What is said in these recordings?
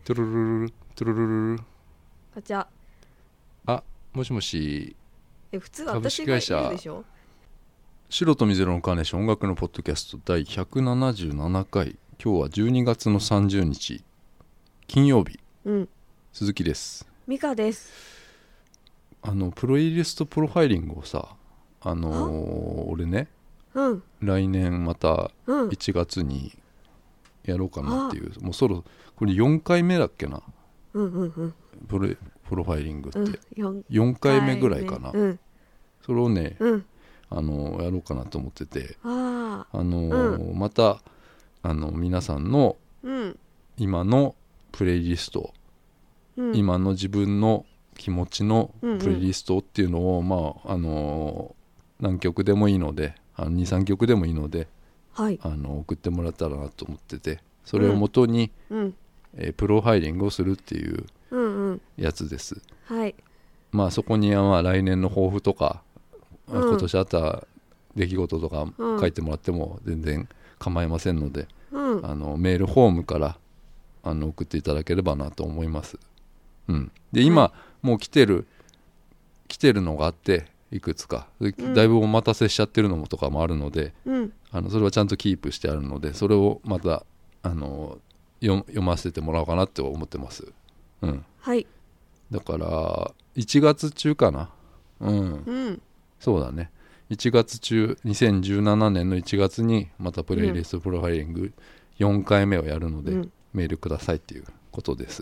トゥルルルトゥルルルル。 ガチャ。 あ、もしもし。 普通私がいるでしょ。 白と水色のカーネーション音楽のポッドキャスト第177回。今日は12月の30日金曜日。鈴木です。 ミカです。 プロイリストプロファイリングをさ、俺ね、来年また1月にやろうかなっていう、もうこれ4回目だっけな、プロファイリングって、4回目ぐらいかな、それをね、やろうかなと思ってて、また皆さんの今のプレイリスト、今の自分の気持ちのプレイリストっていうのを、何曲でもいいので 2,3 曲でもいいので、送ってもらったらなと思ってて、それをもとに、プロファイリングをするっていうやつです。そこには来年の抱負とか、今年あった出来事とか書いてもらっても全然構いませんので、メールフォームから送っていただければなと思います。で今、もう来てるのがあって、いくつかだいぶお待たせしちゃってるのもとかもあるので、それはちゃんとキープしてあるので、それをまた読ませてもらおうかなって思ってます。だから1月中かな。そうだね、1月中、2017年の1月にまたプレイリストプロファイリング4回目をやるので、メールくださいっていうことです。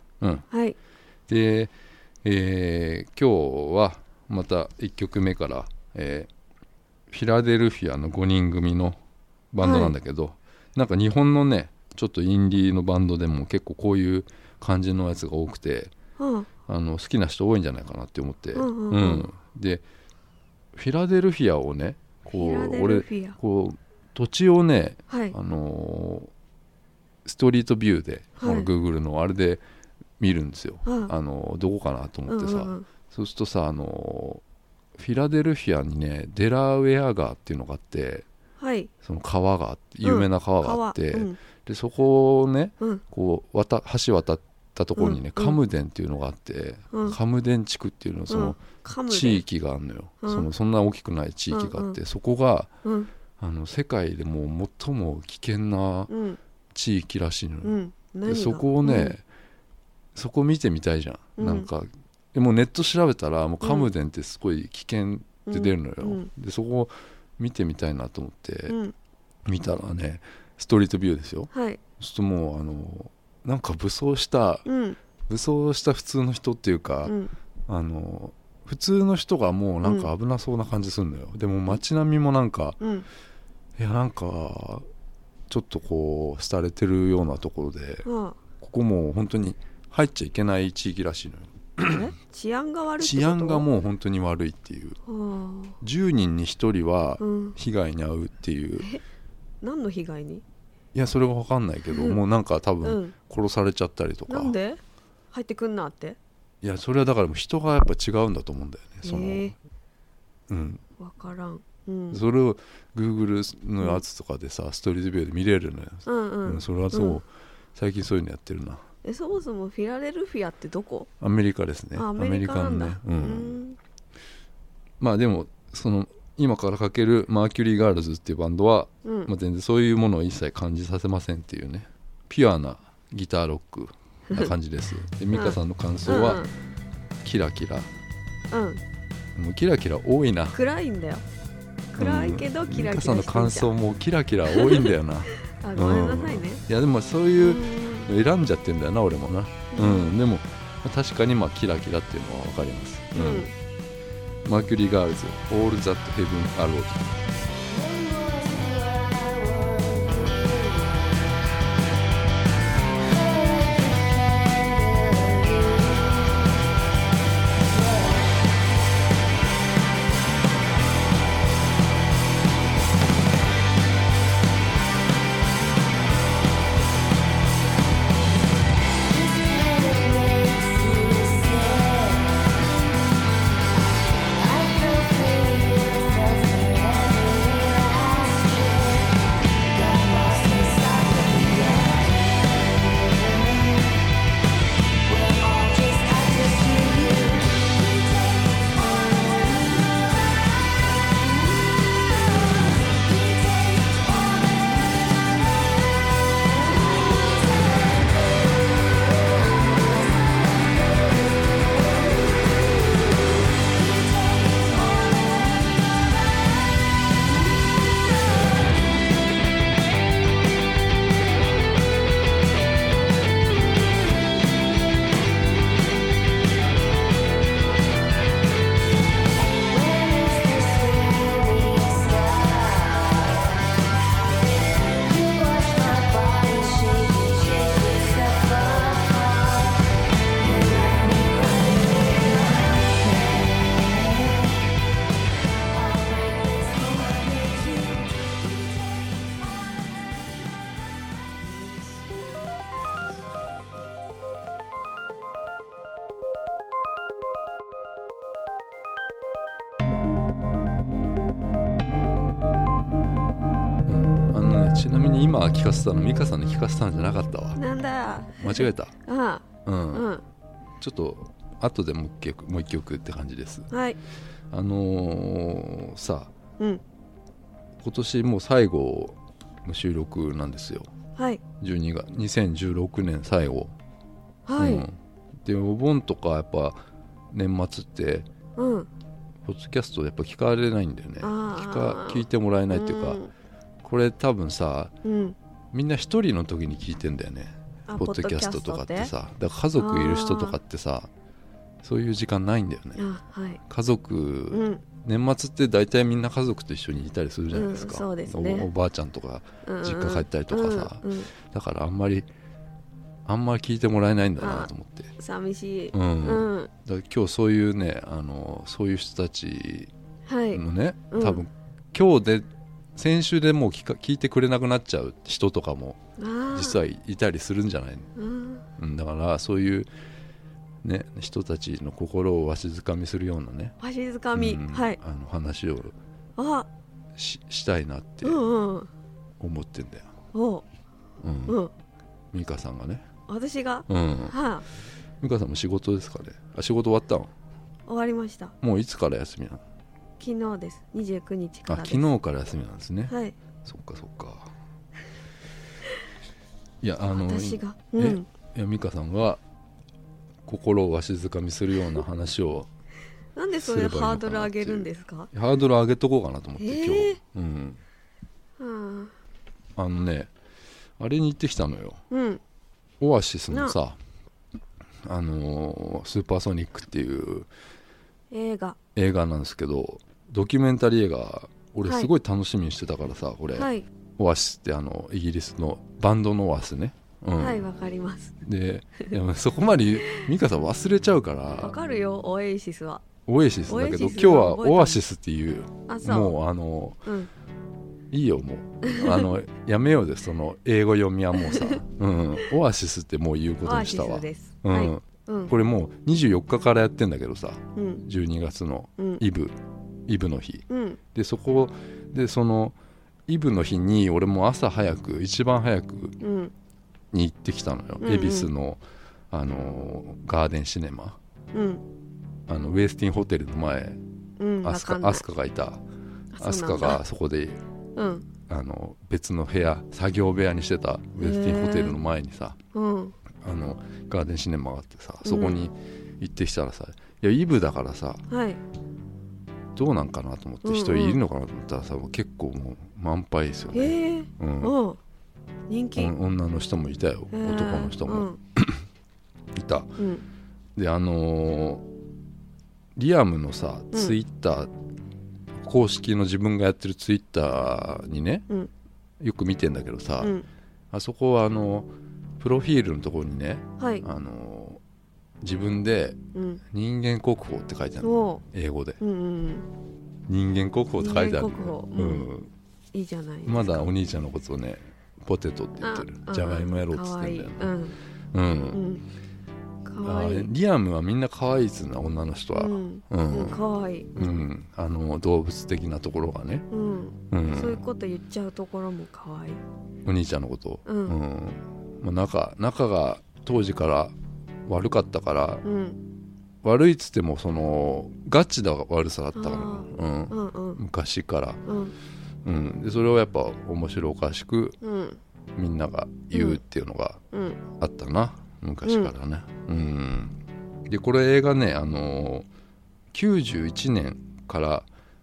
で、今日はまた1曲目から、フィラデルフィアの5人組のバンドなんだけど、なんか日本のね、ちょっとインディーのバンドでも結構こういう感じのやつが多くて、好きな人多いんじゃないかなって思って、でフィラデルフィアをね、俺土地をね、ストリートビューで、Google のあれで見るんですよ。どこかなと思ってさ、そうするとさ、フィラデルフィアにね、デラウェア川っていうのがあって、その川があって、有名な川があって、でそこをね、橋渡ったところにね、カムデンっていうのがあって、カムデン地区っていうの、その地域があるのよ。そんな大きくない地域があって、そこが、世界でもう最も危険な地域らしいのよ。でそこをね、そこ見てみたいじゃん。なんかでもネット調べたら、もうカムデンってすごい危険って出るのよ。でそこを見てみたいなと思って、見たらね、ストリートビューですよ。そうするともうなんか武装した普通の人っていうか、普通の人がもうなんか危なそうな感じするのよ。でも街並みもなんか、いやなんかちょっとこう廃れてるようなところで、ここもう本当に入っちゃいけない地域らしいのよ。 治安が悪いってこと？ 治安がもう本当に悪いっていう。10人に1人は被害に遭うっていう。 何の被害に？ いやそれは分かんないけど、もうなんか多分殺されちゃったりとか。 なんで？入ってくんなって？ いやそれはだから人がやっぱ違うんだと思うんだよね。分からん。 それを Google のやつとかでさ、ストリートビューで見れるのよ。それはそう、最近そういうのやってるな。 そもそもフィラデルフィアってどこ？ アメリカですね。 アメリカなんだ。 でもその今からかけるマーキュリーガールズっていうバンドは、全然そういうものを一切感じさせませんっていうね、ピュアなギターロックな感じです。でミカさんの感想は、キラキラ。もうキラキラ多いな。 暗いんだよ。暗いけどキラキラしてんじゃん。 ミカさんの感想もキラキラ多いんだよな。 ごめんなさいね。 いやでもそういう選んじゃってんだよな、俺もな。でも確かにキラキラっていうのは分かります。マーキュリーガールズ All That Heaven Allowed。 ちなみに今聞かせたの美香さんに聞かせたんじゃなかったわ。 なんだ。 間違えた。 ああ、うん、 ちょっと後でもう一曲って感じです。 はい。 さ、 今年もう最後の収録なんですよ。 はい。 2016年最後。 はい。 でお盆とかやっぱ年末って、ポッドキャストやっぱ聞かれないんだよね。聞いてもらえないっていうか、これ多分さ、みんな一人の時に聞いてんだよね、ポッドキャストとかってさ。だから家族いる人とかってさ、そういう時間ないんだよね。 はい、 家族、年末って大体みんな家族と一緒にいたりするじゃないですか。 そうですね。 おばあちゃんとか実家帰ったりとかさ、だからあんまり聞いてもらえないんだなと思って。 寂しい。 だから今日そういうね、そういう人たちのね、多分今日で先週でもう聞いてくれなくなっちゃう人とかも実はいたりするんじゃない、だからそういう、ね、人たちの心をわしづかみするようなね、 わしづかみ、はい、 話をしたいなって思ってんだよ。美香さんがね。 私が、 美香さんも仕事ですかね。仕事終わったの？ 終わりました。 もういつから休みなの？ 昨日です。29日からです。 昨日から休みなんですね。 はい。 そっかそっか。いや私が、 いや美香さんが心をわしづかみするような話をなんでそれハードル上げるんですか？ ハードル上げとこうかなと思って、今日、ね、あれに行ってきたのよ。オアシスのさ、スーパーソニックっていう映画なんですけど、ドキュメンタリー映画、俺すごい楽しみにしてたからさ、これ、オアシスってイギリスのバンドのオアシスね。 はい、わかります。 で、いやそこまで美香さん忘れちゃうから。 わかるよ、オエイシスは。 オエシスだけど今日はオアシスっていう、もういいよ、もうやめようです、その英語読みはもうさ、オアシスってもう言うことにしたわ。これもう24日からやってんだけどさ、12月のイブの日、でそこでそのイブの日に俺も朝早く、一番早くに行ってきたのよ、恵比寿のガーデンシネマ、ウェスティンホテルの前、アスカがいた。アスカがそこで、別の部屋、作業部屋にしてたウェスティンホテルの前にさ、ガーデンシネマがあってさ、そこに行ってきたらさ、いやイブだからさ、どうなんかなと思って、人いるのかなと思ったらさ、結構もう満杯ですよね。 人気。 女の人もいたよ、男の人もいた。でリアムのさ、ツイッター、公式の自分がやってるツイッターにね、よく見てんだけどさ、あそこはプロフィールのところにね、自分で人間国宝って書いてあるの、英語で、人間国宝って書いてあるの。 いいじゃないですか。 まだお兄ちゃんのことをね、ポテトって言ってる、じゃがいもやろうっつってんだよね。リアムはみんな可愛いっつうの、女の人は。可愛い。動物的なところがね。 そういうこと言っちゃうところも可愛い。 お兄ちゃんのこと。仲が当時から悪かったから、悪いっつってもそのガチな悪さだったから、昔から。でそれをやっぱ面白おかしくみんなが言うっていうのがあったな、昔からね。でこれ映画ね、91年から、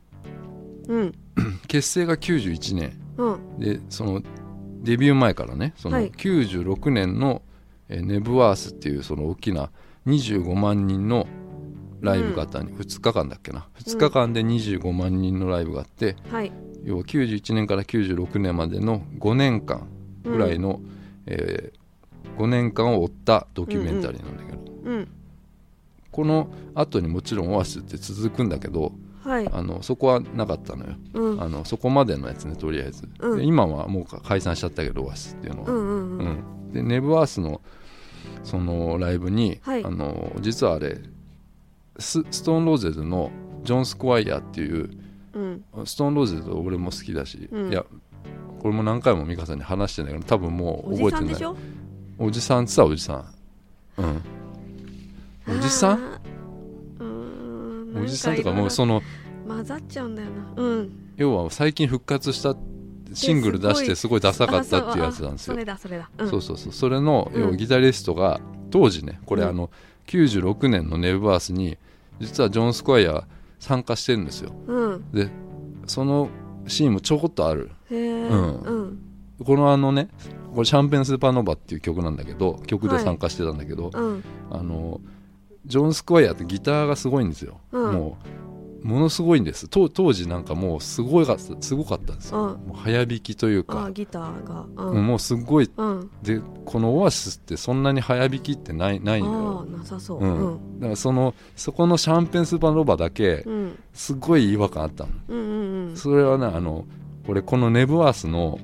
結成が91年、でそのデビュー前からね、その96年のネブワースっていうその大きな25万人のライブがあったのに、2日間だっけな、2日間で25万人のライブがあって、要は91年から96年までの5年間ぐらいの、5年間を追ったドキュメンタリーなんだけど、この後にもちろんオアシスって続くんだけど、そこはなかったのよ、そこまでのやつね、とりあえず。で今はもう解散しちゃったけど、オアシスっていうのは。でネブワースのそのライブに、実はあれストーンローゼズのジョン・スクワイヤーっていう、ストーンローゼズ俺も好きだし、いやこれも何回も美香さんに話してんだけど多分もう覚えてない。 おじさんでしょ。 おじさんってさおじさん、おじさんおじさんとかもうその混ざっちゃうんだよな。 要は最近復活したシングル出してすごいダサかったっていうやつなんですよ。 それだ、 そうそうそう、それの要はギタリストが当時ね、これ96年のネブバースに実はジョン・スクワイヤー参加してるんですよ。でそのシーンもちょこっとある。このねこれシャンペンスーパーノヴァっていう曲なんだけど、曲で参加してたんだけど、ジョン・スクワイヤーってギターがすごいんですよ。ものすごいんです。当時なんかもうすごかったんですよ。もう早弾きというかギターが、 もうすごい、でこのオアシスってそんなに早弾きってないのよ。 なさそう、 だからそこのシャンペンスーパーノヴァだけすごい違和感あったの。それはねこのネブワースの、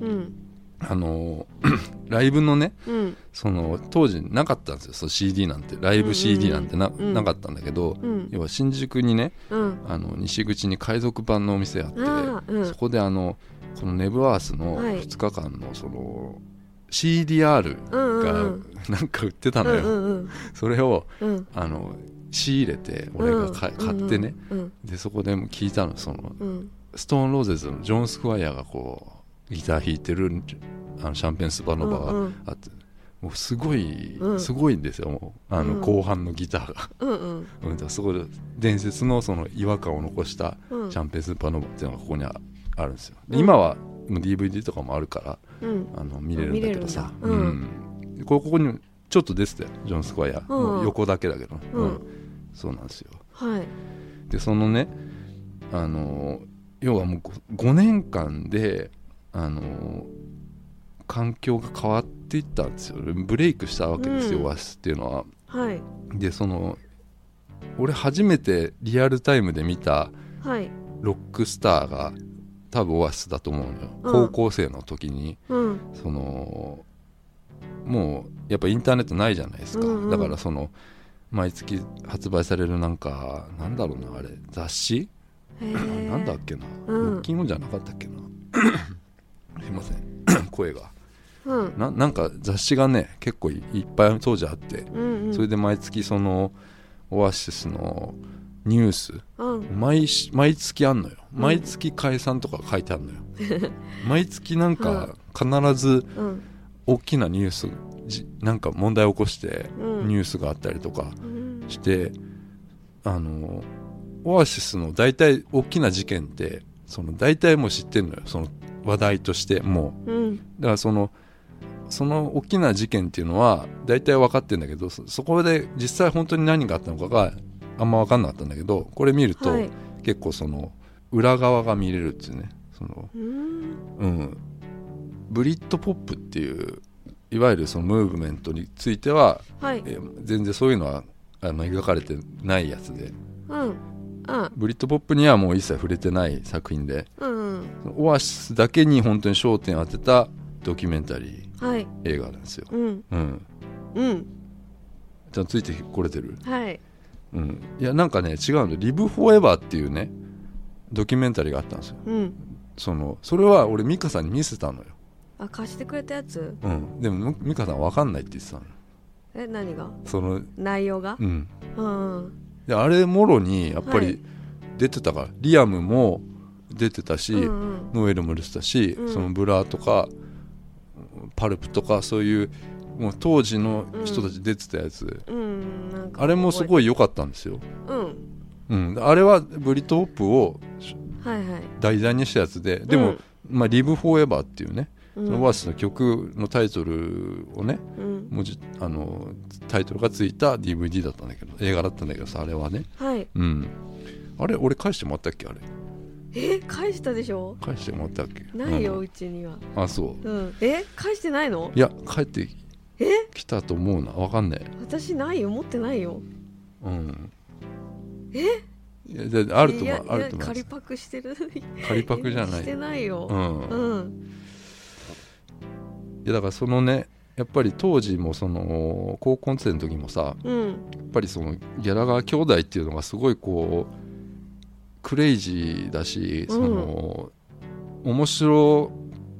ライブのね、その当時なかったんですよ、その CD なんて、ライブ CD なんて なかったんだけど、要は新宿にね、西口に海賊版のお店あって、そこでこのネブワースの2日間のその CDR がなんか売ってたのよ。それを仕入れて俺が買ってね、でそこで聞いたの、そのストーンローゼズのジョン・スクワイヤーがこうギター弾いてるシャンペンスーパーノヴァがあって、もうすごいんですよ、もう後半のギターが、だそこで伝説のその違和感を残したシャンペンスーパーノヴァっていうのがここにあるんですよ。今はもう DVD とかもあるから、見れるんだけどさ、ここにちょっと出てたよ、ジョン・スクワイヤー、もう横だけだけど、そうなんですよ。でそのね要はもう5年間で環境が変わっていったんですよ。ブレイクしたわけですよ、オアシスっていうのは。で俺初めてリアルタイムで見たロックスターが多分オアシスだと思うのよ、高校生の時に。もうやっぱインターネットないじゃないですか、だから毎月発売されるなんだろうな、あれ雑誌なんだっけな、ロッキンオンじゃなかったっけなすいません声が、なんか雑誌がね結構いっぱい当時あって、それで毎月そのオアシスのニュース、毎月あんのよ、毎月解散とか書いてあるのよ毎月なんか必ず大きなニュース、なんか問題を起こしてニュースがあったりとかして、オアシスの大体大きな事件って大体もう知ってるのよ、その話題としてもう、だからその大きな事件っていうのは大体分かってるんだけど、そこで実際本当に何があったのかがあんま分かんなかったんだけど、これ見ると、結構その裏側が見れるっていうね、ブリッドポップっていういわゆるそのムーブメントについては、全然そういうのは描かれてないやつで、ブリッドポップにはもう一切触れてない作品で、オアシスだけに本当に焦点を当てたドキュメンタリー映画なんですよ。ちゃんとついてこれてる？いやなんかね違うんだ、リブフォーエバーっていうねドキュメンタリーがあったんですよ。それは俺美香さんに見せたのよ。 貸してくれたやつ？ でも美香さん分かんないって言ってたの。 何が？ その内容が？ であれもろにやっぱり出てたから、リアムも出てたし、ノエルも出てたし、そのブラとかパルプとかそういうもう当時の人たち出てたやつ、あれもすごい良かったんですよ。あれはブリッドポップを題材にしたやつで、でも、リブフォーエバーっていうね、そのオアシスの曲のタイトルをね、タイトルがついた DVD だったんだけど、映画だったんだけどさ、あれはね、あれ俺返してもらったっけ、あれ返したでしょ。 返してもらったっけ。 ないよ、うちには。 そう、 返してないの？ いや帰ってきたと思うな、分かんない。 私ないよ、持ってないよ。 いやあると思う、あると思う。 仮パクしてる？ 仮パクじゃない。 してないよ。 いやだからそのね、やっぱり当時もその高校生の時もさ、やっぱりそのギャラガー兄弟っていうのがすごいこうクレイジーだし、その面白かっ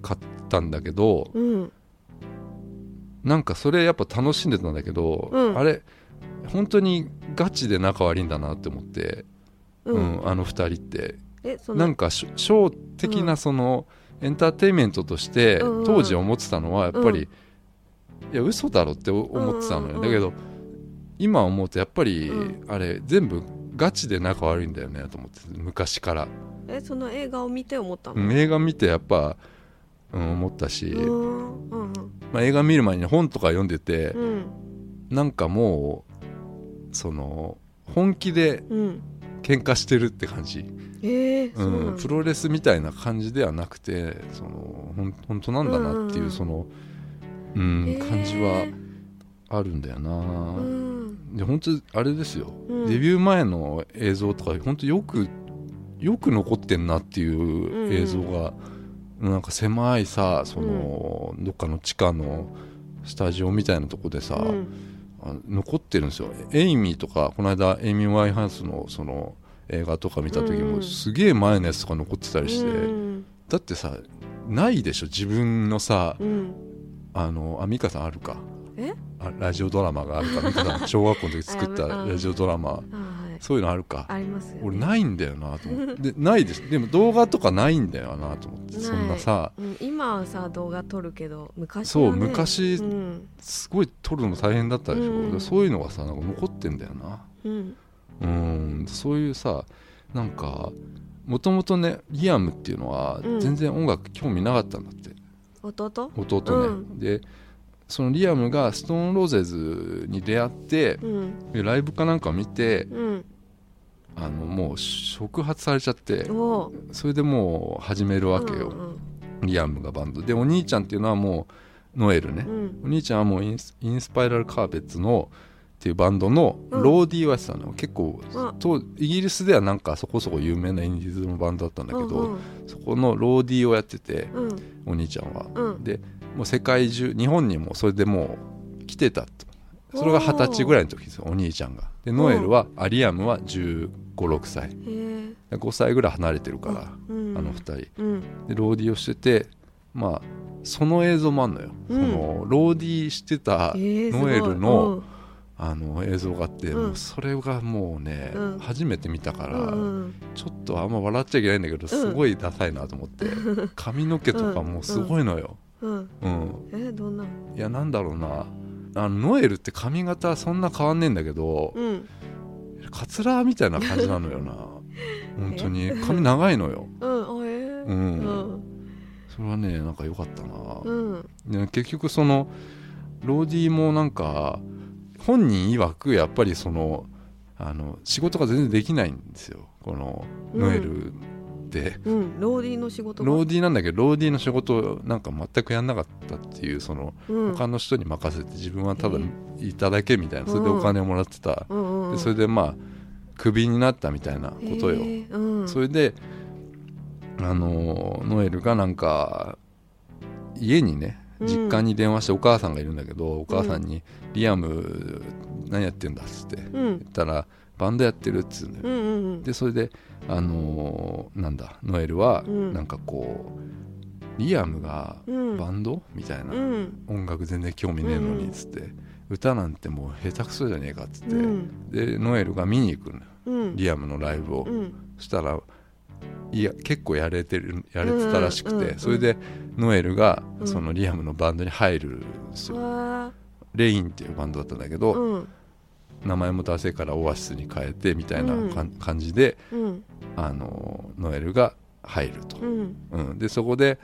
たんだけど、 うん、 なんかそれやっぱ楽しんでたんだけど、 うん、 あれ本当にガチで仲悪いんだなって思って、 うん、 あの二人ってそなんかショー的なその、エンターテインメントとして当時思ってたのはやっぱり、いや嘘だろって思ってたのよ、だけど今思うとやっぱり、あれ全部ガチで仲悪いんだよねと思って、昔から。 その映画を見て思ったの？ 映画見てやっぱ、思ったし、まあ、映画見る前に本とか読んでて、なんかもうその本気で喧嘩してるって感じ、プロレスみたいな感じではなくて、その本当なんだなっていう、その、感じはあるんだよな、で本当あれですよ、デビュー前の映像とか本当よく残ってんなっていう映像が、なんか狭いさ、その、どっかの地下のスタジオみたいなとこでさ、残ってるんですよ。エイミーとか、この間エイミー・ワインハウスのその映画とか見た時もすげえ前のやつとか残ってたりして、だってさないでしょ自分のさ、美香さんあるか、ラジオドラマがあるか、美香さん小学校の時作ったラジオドラマそういうのあるか？ ありますよね。 俺ないんだよなと思ってでないです。でも動画とかないんだよなと思って、そんなさ、 今はさ動画撮るけど昔は、ね、 そう昔、すごい撮るの大変だったでしょ、そういうのがさなんか残ってんだよな、そういうさ、なんかもともとねリアムっていうのは全然音楽興味なかったんだって、弟ね、でそのリアムがストーンローゼズに出会って、ライブかなんか見て、もう触発されちゃって、それでもう始めるわけよ、リアムがバンドで、お兄ちゃんっていうのはもうノエルね、お兄ちゃんはもうインスパイラルカーペッツのっていうバンドのローディーをやってたの、結構イギリスではなんかそこそこ有名なインディーズのバンドだったんだけど、そこのローディーをやってて、お兄ちゃんは、でもう世界中、日本にもそれでもう来てたと。それが20歳ぐらいの時ですよ、お兄ちゃんが。でノエルは、リアムは15、6歳、5歳ぐらい離れてるから、あの2人、でローディーをしてて、まあその映像もあるのよ、そのローディーしてたノエルの、映像があって、もうそれがもうね、初めて見たから、ちょっとあんま笑っちゃいけないんだけど、すごいダサいなと思って、髪の毛とかもすごいのよ、 どんな？ いやなんだろうな、ノエルって髪型そんな変わんねえんだけど、カツラみたいな感じなのよな本当に髪長いのよ、それはねなんか良かったな、結局そのローディーもなんか本人曰くやっぱりその仕事が全然できないんですよ、このノエルで、 ローディーの仕事がローディーなんだけど、ローディーの仕事なんか全くやんなかったっていう、その、他の人に任せて自分はただいただけみたいな、それでお金をもらってた、でそれでまあクビになったみたいなことよ、それでノエルがなんか家にね、実家に電話してお母さんがいるんだけど、お母さんにリアム何やってんだっつって言ったら、バンドやってるっつうんだよ、でそれでなんだノエルはなんかこう、リアムがバンドみたいな、音楽全然興味ねえのにっつって、歌なんてもう下手くそじゃねえかっつって、でノエルが見に行くの、リアムのライブを、そしたらいや結構やれてたらしくて、それでノエルがそのリアムのバンドに入るんですよ、レインっていうバンドだったんだけど、名前もダセからオアシスに変えてみたいな感じで、ノエルが入ると、でそこで、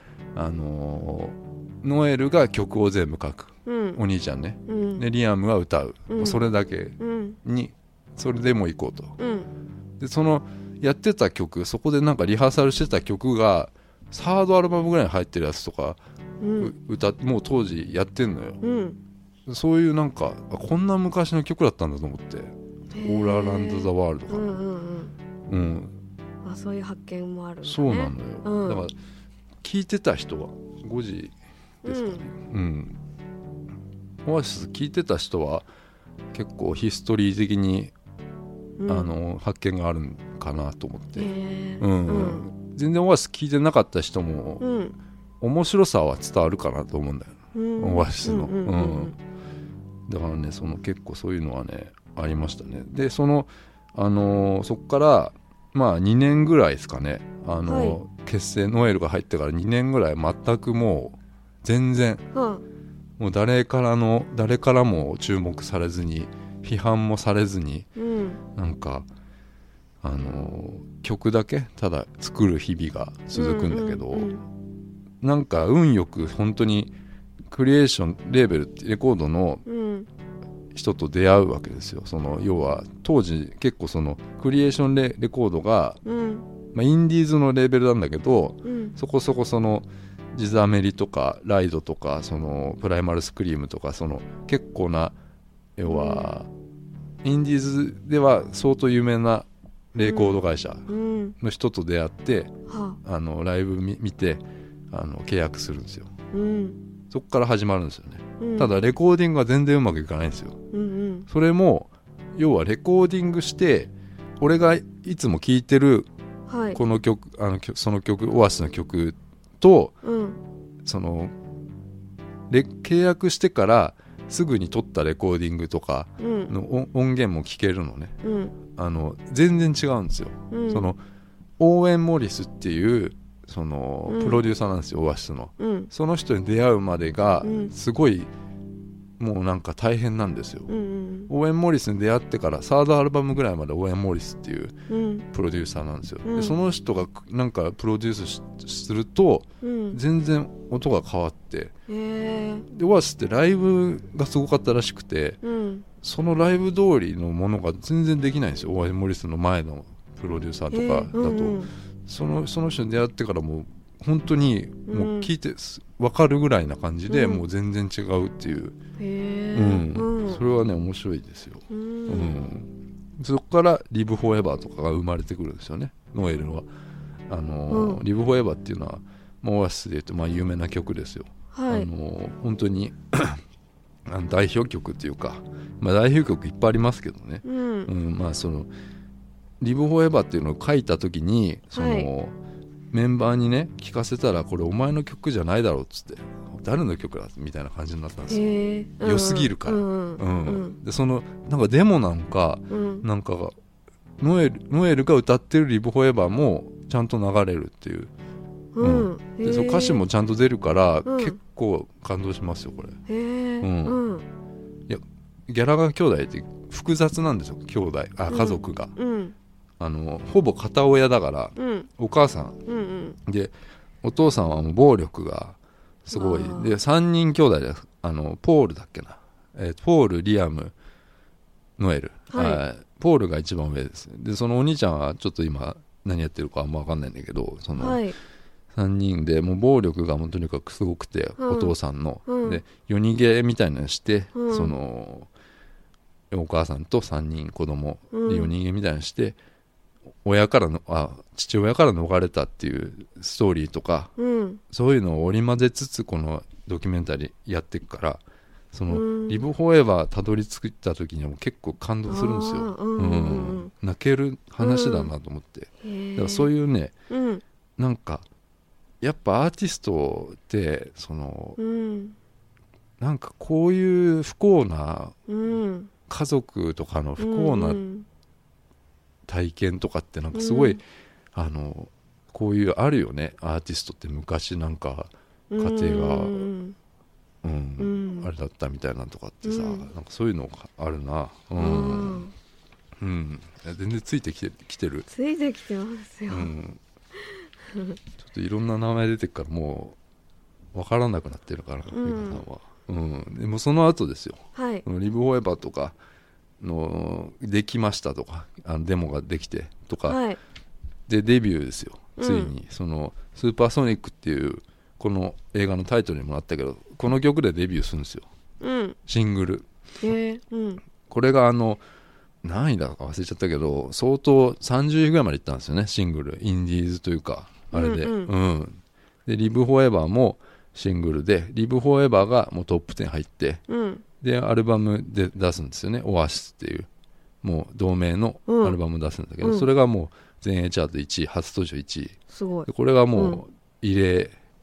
ノエルが曲を全部書く、お兄ちゃんね、でリアムは歌う、それだけに、それでもう行こうと、でそのやってた曲、そこでなんかリハーサルしてた曲がサードアルバムぐらいに入ってるやつとか、もう当時やってんのよ、そういうなんかこんな昔の曲だったんだと思って、オールアラウンドザワールドかな、 そういう発見もあるんだね。 そうなのよ、だから聞いてた人は5時ですかね、オアシス聞いてた人は結構ヒストリー的に、発見があるんかなと思って、全然オアシス聞いてなかった人も面白さは伝わるかなと思うんだよ、オアシスの、だからね結構そういうのはねありましたね。でそっからまあ2年ぐらいですかね、結成ノエルが入ってから2年ぐらい全くもう全然、もう誰からも注目されずに批判もされずに、なんか曲だけただ作る日々が続くんだけど、なんか運よく本当にクリエーションレーベルレコードの人と出会うわけですよ。要は当時結構クリエーションレコードが、インディーズのレーベルなんだけど、そこそこジザメリとかライドとかプライマルスクリームとか結構な、要はインディーズでは相当有名なレコード会社の人と出会って、ライブ見て契約するんですよ、そこから始まるんですよね、ただレコーディングは全然うまくいかないんですよ、それも要はレコーディングして俺がいつも聴いてるこの曲、その曲オアシスの曲と、契約してからすぐに撮ったレコーディングとかの音源も聴けるのね、全然違うんですよ、オーウェン・モリスっていうプロデューサーなんですよ、オアシスの、その人に出会うまでがすごい、もうなんか大変なんですよ、オーウェン・モリスに出会ってからサードアルバムぐらいまでオーウェン・モリスっていうプロデューサーなんですよ、でその人がなんかプロデュースすると全然音が変わって、でオアシスってライブがすごかったらしくて、そのライブ通りのものが全然できないんですよ、オーウェン・モリスの前のプロデューサーとかだと、その人に出会ってからもう本当にもう聞いて分かるぐらいな感じで、もう全然違うっていう、それはね面白いですよ、そこからリブフォーエバーとかが生まれてくるんですよね、ノエルはリブフォーエバーっていうのはオアシスでいうと有名な曲ですよ、本当に代表曲っていうか、代表曲いっぱいありますけどね、リブフォーエバーっていうのを書いた時にメンバーにね聞かせたら、これお前の曲じゃないだろうっつって、誰の曲だみたいな感じになったんですよ、良すぎるから、でなんかデモなんか、なんかノエルが歌ってるリブフォーエバーもちゃんと流れるっていう、でその歌詞もちゃんと出るから、結構感動しますよこれ、いやギャラガー兄弟って複雑なんですよ、家族が、ほぼ片親だから、お母さん、でお父さんはもう暴力がすごいで、3人兄弟でポールだっけな、ポール、リアム、ノエル、ポールが一番上です。でそのお兄ちゃんはちょっと今何やってるかあんま分かんないんだけど、3人でもう暴力がもうとにかくすごくて、お父さんの、で夜逃げみたいなのして、お母さんと3人子供で夜逃げみたいなのして、父親から逃れたっていうストーリーとか、そういうのを織り交ぜつつこのドキュメンタリーやっていくから、リブフォーエバーたどり着いた時にはもう結構感動するんですよ、泣ける話だなと思って、だからそういうね、なんかやっぱアーティストってなんかこういう不幸な、家族とかの不幸な体験とかってなんかすごい、こういうあるよね、アーティストって昔なんか家庭が、あれだったみたいなとかってさ、なんかそういうのあるな、全然ついてきてる、 ついてきてますよ、 ちょっといろんな名前出てくからもう分からなくなってるから、皆さんは、でもその後ですよ、リブフォーエバーとかのできましたとか、デモができてとか、でデビューですよ、ついに、スーパーソニックっていうこの映画のタイトルにもなったけど、この曲でデビューするんですよ、シングル、これが何位だか忘れちゃったけど相当30位ぐらいまでいったんですよね、シングル、インディーズというかあれで、でリブフォーエバーもシングルで、リブフォーエバーがもうトップ10入って、でアルバムで出すんですよね、オアシスっていうもう同名のアルバム出すんだけど、それがもう全英チャート1位、初登場1位、 すごい、 でこれがもう異例、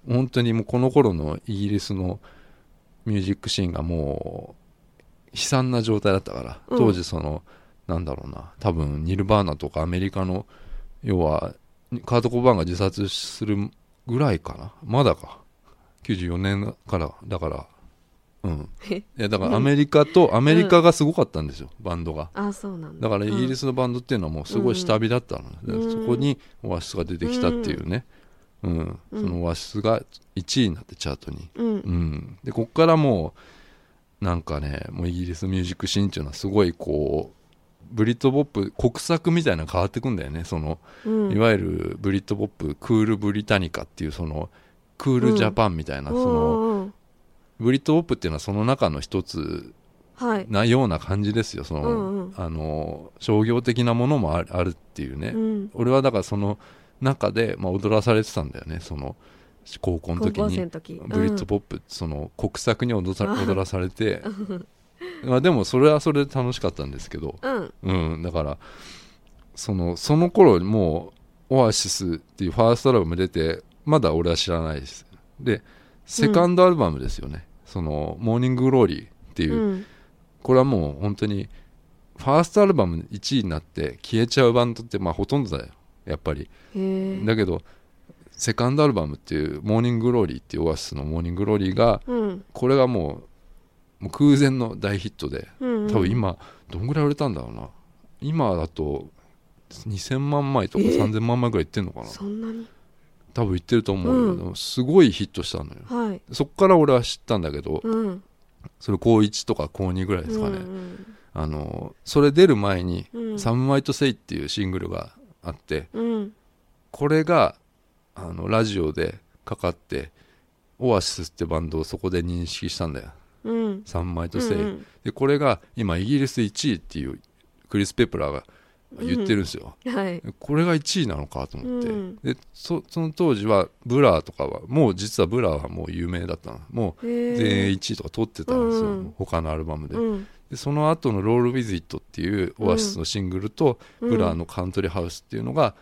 本当にもうこの頃のイギリスのミュージックシーンがもう悲惨な状態だったから、当時そのなんだろうな、多分ニルバーナとかアメリカの、要はカート・コバーンが自殺するぐらいかな、まだか94年からだから、いやだからアメリカがすごかったんですよ、バンドが。 そうなんだからイギリスのバンドっていうのはもうすごい下火だったの、そこにオアシスが出てきたっていうね、そのオアシスが1位になってチャートに、でこっからもうなんかね、もうイギリスミュージックシーンっていうのはすごいこうブリッドポップ国策みたいなの変わってくんだよね。その、いわゆるブリッドポップクールブリタニカっていうそのクールジャパンみたいな、そのブリッドポップっていうのはその中の一つなような感じですよ。その、商業的なものもあるっていうね、俺はだからその中で、踊らされてたんだよね。その高校の時にブリッドポップ、その国策に踊らされてでもそれはそれで楽しかったんですけど、だからその頃もうオアシスっていうファーストアルバム出てまだ俺は知らないです。でセカンドアルバムですよね、そのモーニンググローリーっていう、これはもう本当にファーストアルバム1位になって消えちゃうバンドってほとんどだよやっぱり。だけどセカンドアルバムっていうモーニンググローリーっていうオアシスのモーニンググローリーが、これがもう空前の大ヒットで、多分今どんぐらい売れたんだろうな、今だと2000万枚とか3000万枚ぐらいいってんのかな、 そんなに多分いってると思うよ、すごいヒットしたのよ、そっから俺は知ったんだけど、それ高1とか高2ぐらいですかね、それ出る前にサムマイトセイっていうシングルがあって、これがラジオでかかってオアシスってバンドをそこで認識したんだよ、サムマイトセイ、でこれが今イギリス1位っていうクリス・ペプラーが言ってるんですよ、これが1位なのかと思って、でその当時はブラーとかはもう実はブラーはもう有名だったの、もう全英1位とか取ってたんですよ、他のアルバムで、でその後のロール・ウィズ・イットっていうオアシスのシングルと、ブラーのカントリーハウスっていうのが、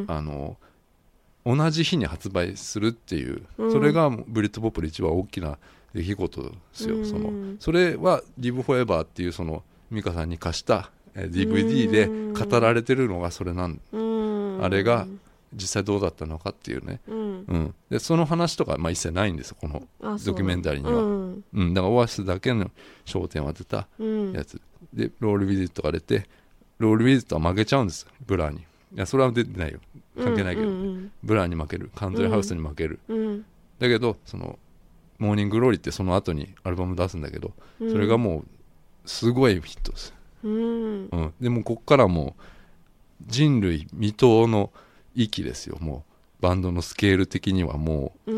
同じ日に発売するっていう、それがブリッドポップで一番大きな出来事ですよ、それはリブ・フォーエバーっていうその美香さんに貸したDVD で語られてるのがそれなんあれが実際どうだったのかっていうね、でその話とか一切ないんですよこのドキュメンタリーには、だからオアシスだけの焦点を当てたやつ、でロール・ウィズ・イットが出て、ロール・ウィズ・イットは負けちゃうんですよブラーに。いやそれは出てないよ、関係ないけど、ブラーに負ける、カントリーハウスに負ける、だけどそのモーニンググローリーってその後にアルバム出すんだけど、それがもうすごいヒットです、でもこっからもう人類未踏の域ですよ、もうバンドのスケール的にはもう、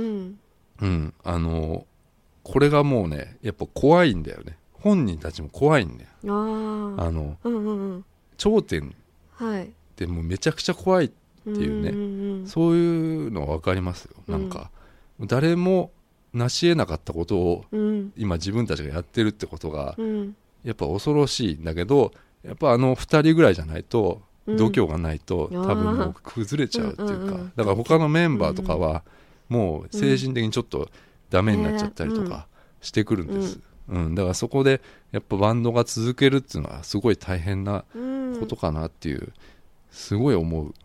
これがもうねやっぱ怖いんだよね、本人たちも怖いんだよ、頂点ってもうめちゃくちゃ怖いっていうね、そういうのは分かりますよ、なんか誰も成し得なかったことを今自分たちがやってるってことがやっぱ恐ろしいんだけど、やっぱ2人ぐらいじゃないと、度胸がないと多分もう崩れちゃうっていうか、だから他のメンバーとかはもう精神的にちょっとダメになっちゃったりとかしてくるんです、だからそこでやっぱバンドが続けるっていうのはすごい大変なことかなっていうすごい思う、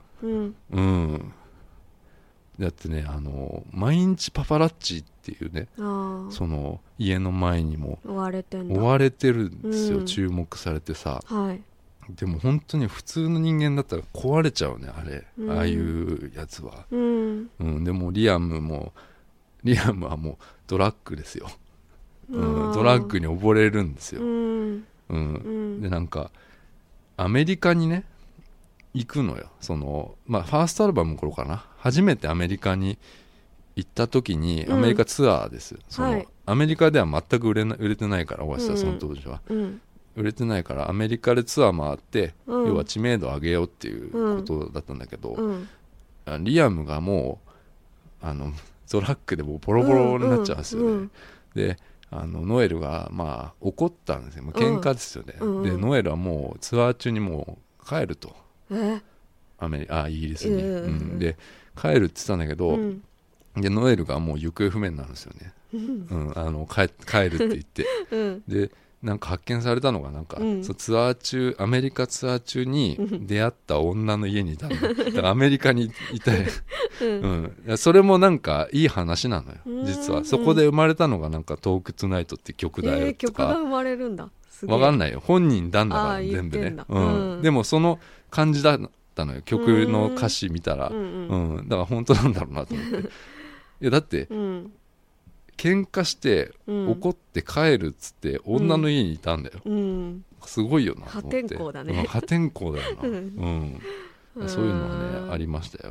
だってね毎日パパラッチっていうね、その家の前にも追われてるんですよ、注目されてさ、でも本当に普通の人間だったら壊れちゃうねあれ、ああいうやつは、でもリアムはもうドラッグですよ、ドラッグに溺れるんですよ、でなんかアメリカにね行くのよ、そのファーストアルバムの頃かな、初めてアメリカに行った時に、アメリカツアーです、アメリカでは全く売れてないから、オアシスはその当時は、売れてないからアメリカでツアー回って、要は知名度を上げようっていうことだったんだけど、リアムがもうドラッグでもうボロボロになっちゃうんですよね、でノエルが怒ったんですよ、もう喧嘩ですよね、でノエルはもうツアー中にもう帰ると、イギリスに、で帰るって言ってたんだけど、 でノエルがもう行方不明になるんですよね、帰るって言って、でなんか発見されたのがなんか、そうアメリカツアー中に出会った女の家にいたのだからアメリカにいたい、それもなんかいい話なのよ実は。そこで生まれたのがなんかトークトゥナイトって曲だよと曲か、 が生まれるんだ。 わかんないよ、本人だんだから全部ね、でもその感じだったのよ曲の歌詞見たら、だから本当なんだろうなと思っていやだって、喧嘩して怒って帰るっつって女の家にいたんだよ、すごいよなと思って。 破天荒だね、 破天荒だよな、そういうのはねありましたよ、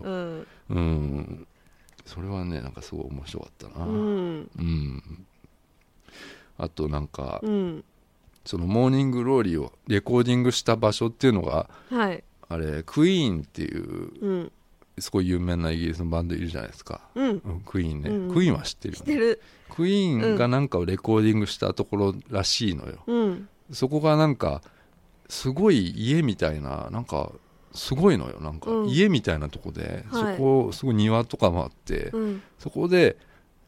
それはねなんかすごい面白かったな、あとなんか、そのモーニングローリーをレコーディングした場所っていうのが、あれクイーンっていう、すごい有名なイギリスのバンドいるじゃないですか、クイーンね、クイーンは知ってるよね。 知ってる。 クイーンがなんかをレコーディングしたところらしいのよ、そこがなんかすごい家みたいな、なんかすごいのよ、なんか家みたいなとこで、そこすごい庭とかもあって、そこで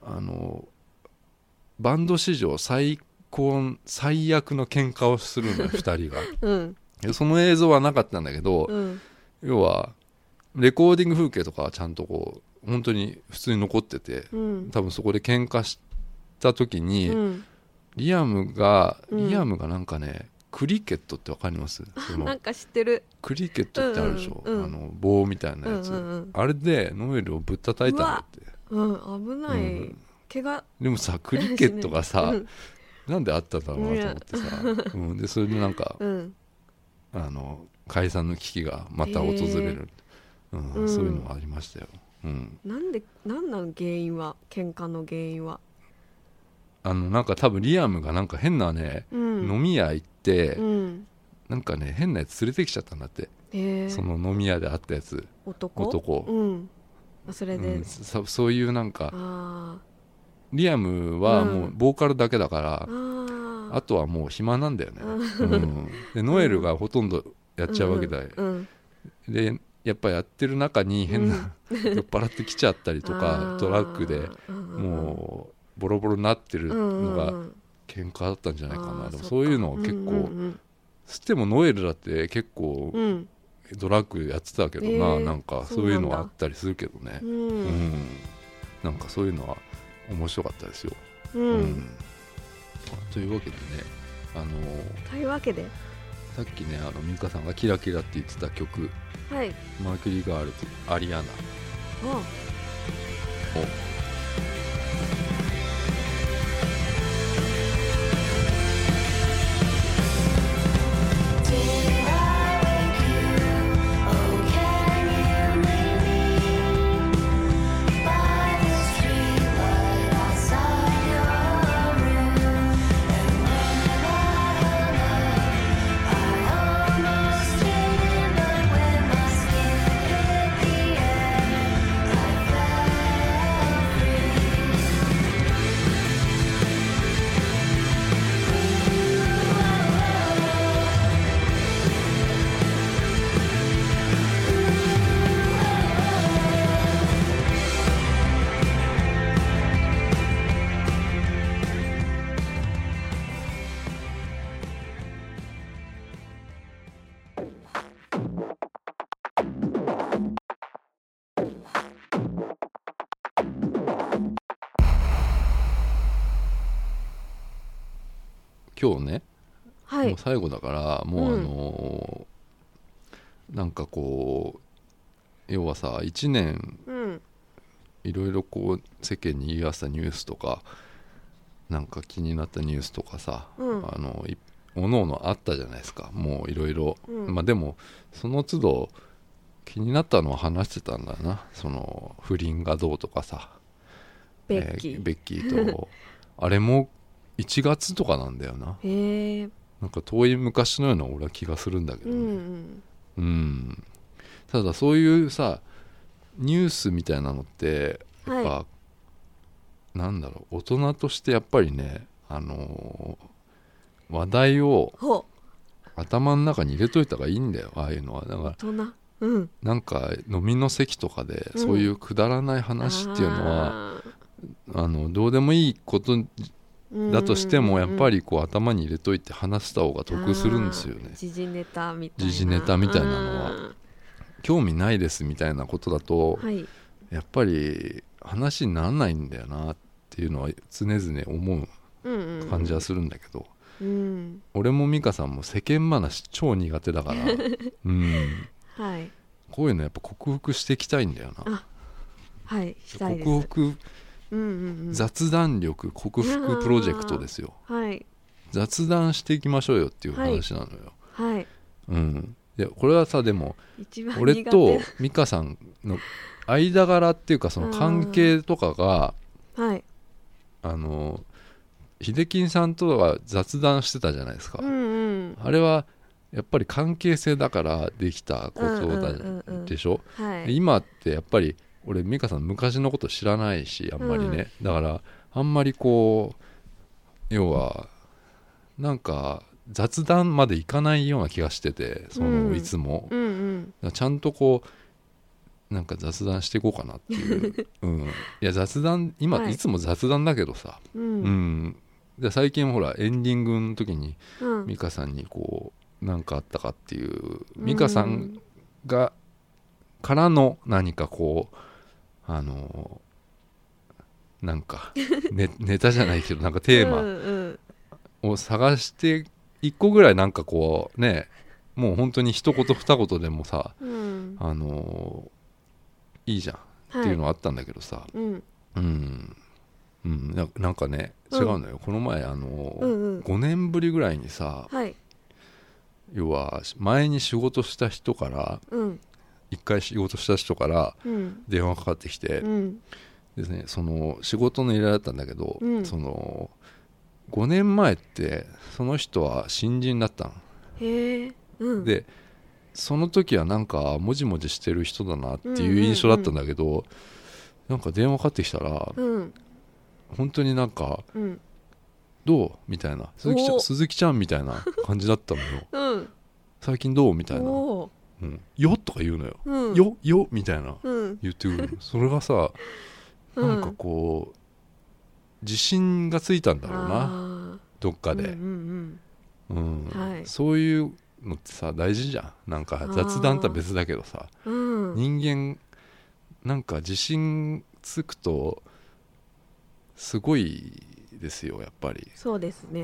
バンド史上最悪の喧嘩をするのよ2人が、その映像はなかったんだけど、要はレコーディング風景とかはちゃんとこう本当に普通に残ってて、多分そこで喧嘩した時に、リアムがなんかね、クリケットってわかります？ なんか知ってる。 クリケットってあるでしょ、棒みたいなやつ、あれでノエルをぶったたいたんだって。 危ない、怪我。 でもさクリケットがさ、なんであったんだろうなと思ってさ、でそれでなんか、解散の危機がまた訪れる、そういうのがありましたよ。 なんなん原因は、喧嘩の原因は。 なんか多分リアムがなんか変なね、飲み屋行って、なんかね変なやつ連れてきちゃったんだって、その飲み屋で会ったやつ、男、 それで、 そういうなんかリアムはもうボーカルだけだから、あとはもう暇なんだよね、でノエルがほとんどやっちゃうわけだよ、でやっぱやってる中に変な酔っ払ってきちゃったりとかトラックでもうボロボロになってるのが喧嘩だったんじゃないかな。でもそういうのを結構つってもノエルだって結構ドラッグやってたけどな、なんかそういうのはあったりするけどね、なんかそういうのは面白かったですよ。というわけでね、 というわけでさっきね美香さんがキラキラって言ってた曲、マーキュリーガールズアリアナを今日ね、もう最後だからもうなんかこう要はさ1年いろいろこう世間に言い合わせたニュースとかなんか気になったニュースとかさ、おのおのあったじゃないですか、もういろいろ。まあでもその都度気になったのは話してたんだよな、その不倫がどうとかさ、ベッキーとあれも1月とかなんだよな。なんか遠い昔のような俺は気がするんだけどね、ただそういうさニュースみたいなのってやっぱ、なんだろう、大人としてやっぱりね、話題を頭の中に入れといた方がいいんだよ、ああいうのは。だからなんか飲みの席とかでそういうくだらない話っていうのは、どうでもいいことだとしてもやっぱりこう頭に入れといて話した方が得するんですよね。 時事ネタみたいな、 時事ネタみたいなのは興味ないですみたいなことだと、やっぱり話にならないんだよなっていうのは常々思う感じはするんだけど、俺も美香さんも世間話超苦手だからこういうのやっぱ克服していきたいんだよな。 したいです。 克服、雑談力克服プロジェクトですよ。雑談していきましょうよっていう話なのよ。でこれはさ、でも俺と美香さんの間柄っていうかその関係とかが、秀樹さんとは雑談してたじゃないですか。あれはやっぱり関係性だからできたことでしょ。今ってやっぱり俺美香さん昔のこと知らないしあんまりね、だからあんまりこう要はなんか雑談までいかないような気がしてて、そのいつも、ちゃんとこうなんか雑談していこうかなっていう、いや雑談今、いつも雑談だけどさ、で最近ほらエンディングの時に美香さんにこう何かあったかっていう美香さんがからの何かこうなんかネタじゃないけどなんかテーマを探して一個ぐらいなんかこうね、もう本当に一言二言でもさ、いいじゃんっていうのはあったんだけどさ、なんかね違うのよ、この前5年ぶりぐらいにさ、要は前に仕事した人から一回仕事した人から電話かかってきて、ですね、その仕事の依頼だったんだけど、その5年前ってその人は新人だったの。でその時はなんかもじもじしてる人だなっていう印象だったんだけど、なんか電話かかってきたら、本当になんか、どうみたいな、鈴木ちゃんみたいな感じだったのよ。最近どうみたいな、よとか言うのよ、よみたいな、言ってくるの。それがさ、なんかこう自信がついたんだろうな、どっかで。そういうのってさ大事じゃん。なんか雑談とは別だけどさ、人間なんか自信つくとすごいですよやっぱり。 そうですね。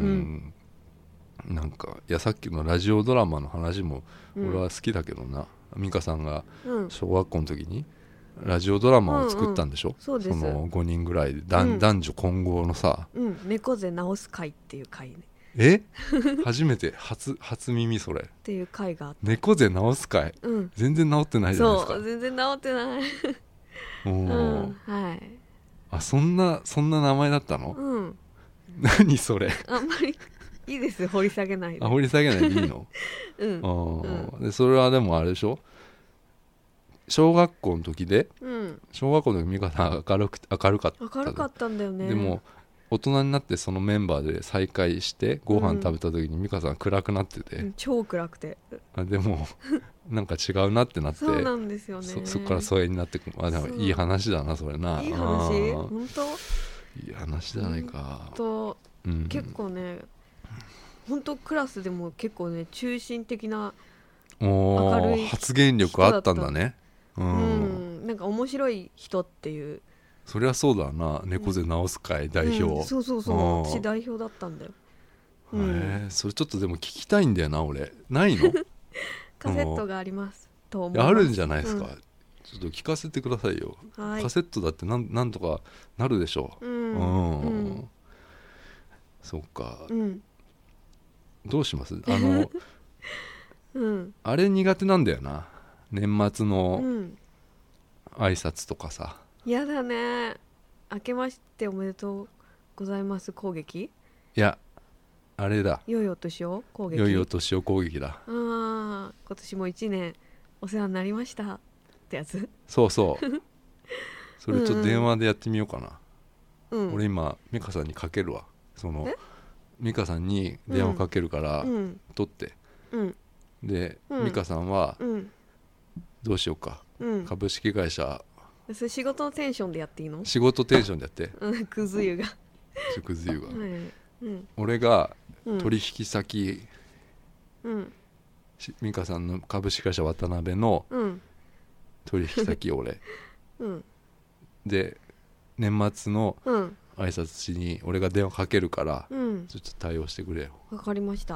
なんかいやさっきのラジオドラマの話も俺は好きだけどな、美香さんが小学校の時にラジオドラマを作ったんでしょ。その5人ぐらいで男女混合のさ、 猫背直す会っていう会ね。 初めて初耳それっていう会があって、 猫背直す会、全然直ってないじゃないですか。 そう全然直ってない。 あ、そんな名前だったの。何それ。 あんまりいいです掘り下げないで。 掘り下げないでいいの。でそれはでもあれでしょ、小学校の時で、小学校の時美香さん明るかったんだよね。 でも大人になってそのメンバーで再会してご飯食べた時に美香さん暗くなってて、 超暗くて、 でもなんか違うなってなって、 そうなんですよね。 そこから疎遠になってでもいい話だなそれな。 いい話、本当いい話じゃないか。 結構ね、本当クラスでも結構ね中心的な明るい発言力あったんだね。 なんか面白い人っていう。 そりゃそうだな、猫背直す会代表。 そう私代表だったんだよ。 それちょっとでも聞きたいんだよな俺。ないの？ カセットがありますと思います。 あるんじゃないですか、ちょっと聞かせてくださいよ。カセットだってなんとかなるでしょう。そうか、どうします？あれ苦手なんだよな、年末の挨拶とかさ。 やだね。明けましておめでとうございます攻撃。 いやあれだ、 よいお年を攻撃。 よいお年を攻撃だ。 今年も1年お世話になりましたってやつ。 そうそれちょっと電話でやってみようかな。俺今美香さんにかけるわ。美香さんに電話かけるから、取って、で美香さんは、 どうしようか、株式会社それ仕事のテンションでやっていいの？ 仕事テンションでやってくず湯がくず湯が、 はい、 俺が取引先、美香さんの株式会社渡辺の取引先俺、で年末の挨拶しに俺が電話かけるから、ちょっと対応してくれよ。 わかりました。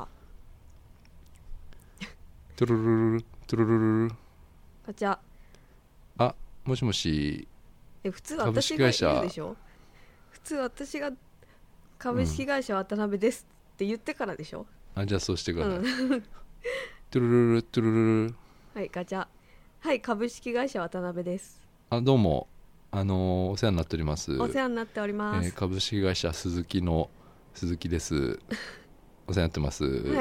トゥルルルルトゥルルルル、 ガチャ。 あ、もしもし。 普通私が言うでしょ。普通私が株式会社渡辺ですって言ってからでしょ。 あ、じゃあそうしてください。トゥルルルトゥルルル。 はい、ガチャ。はい、株式会社渡辺です。 あ、どうもお世話になっております。 お世話になっております。 株式会社鈴木の鈴木です。お世話になってます。はい。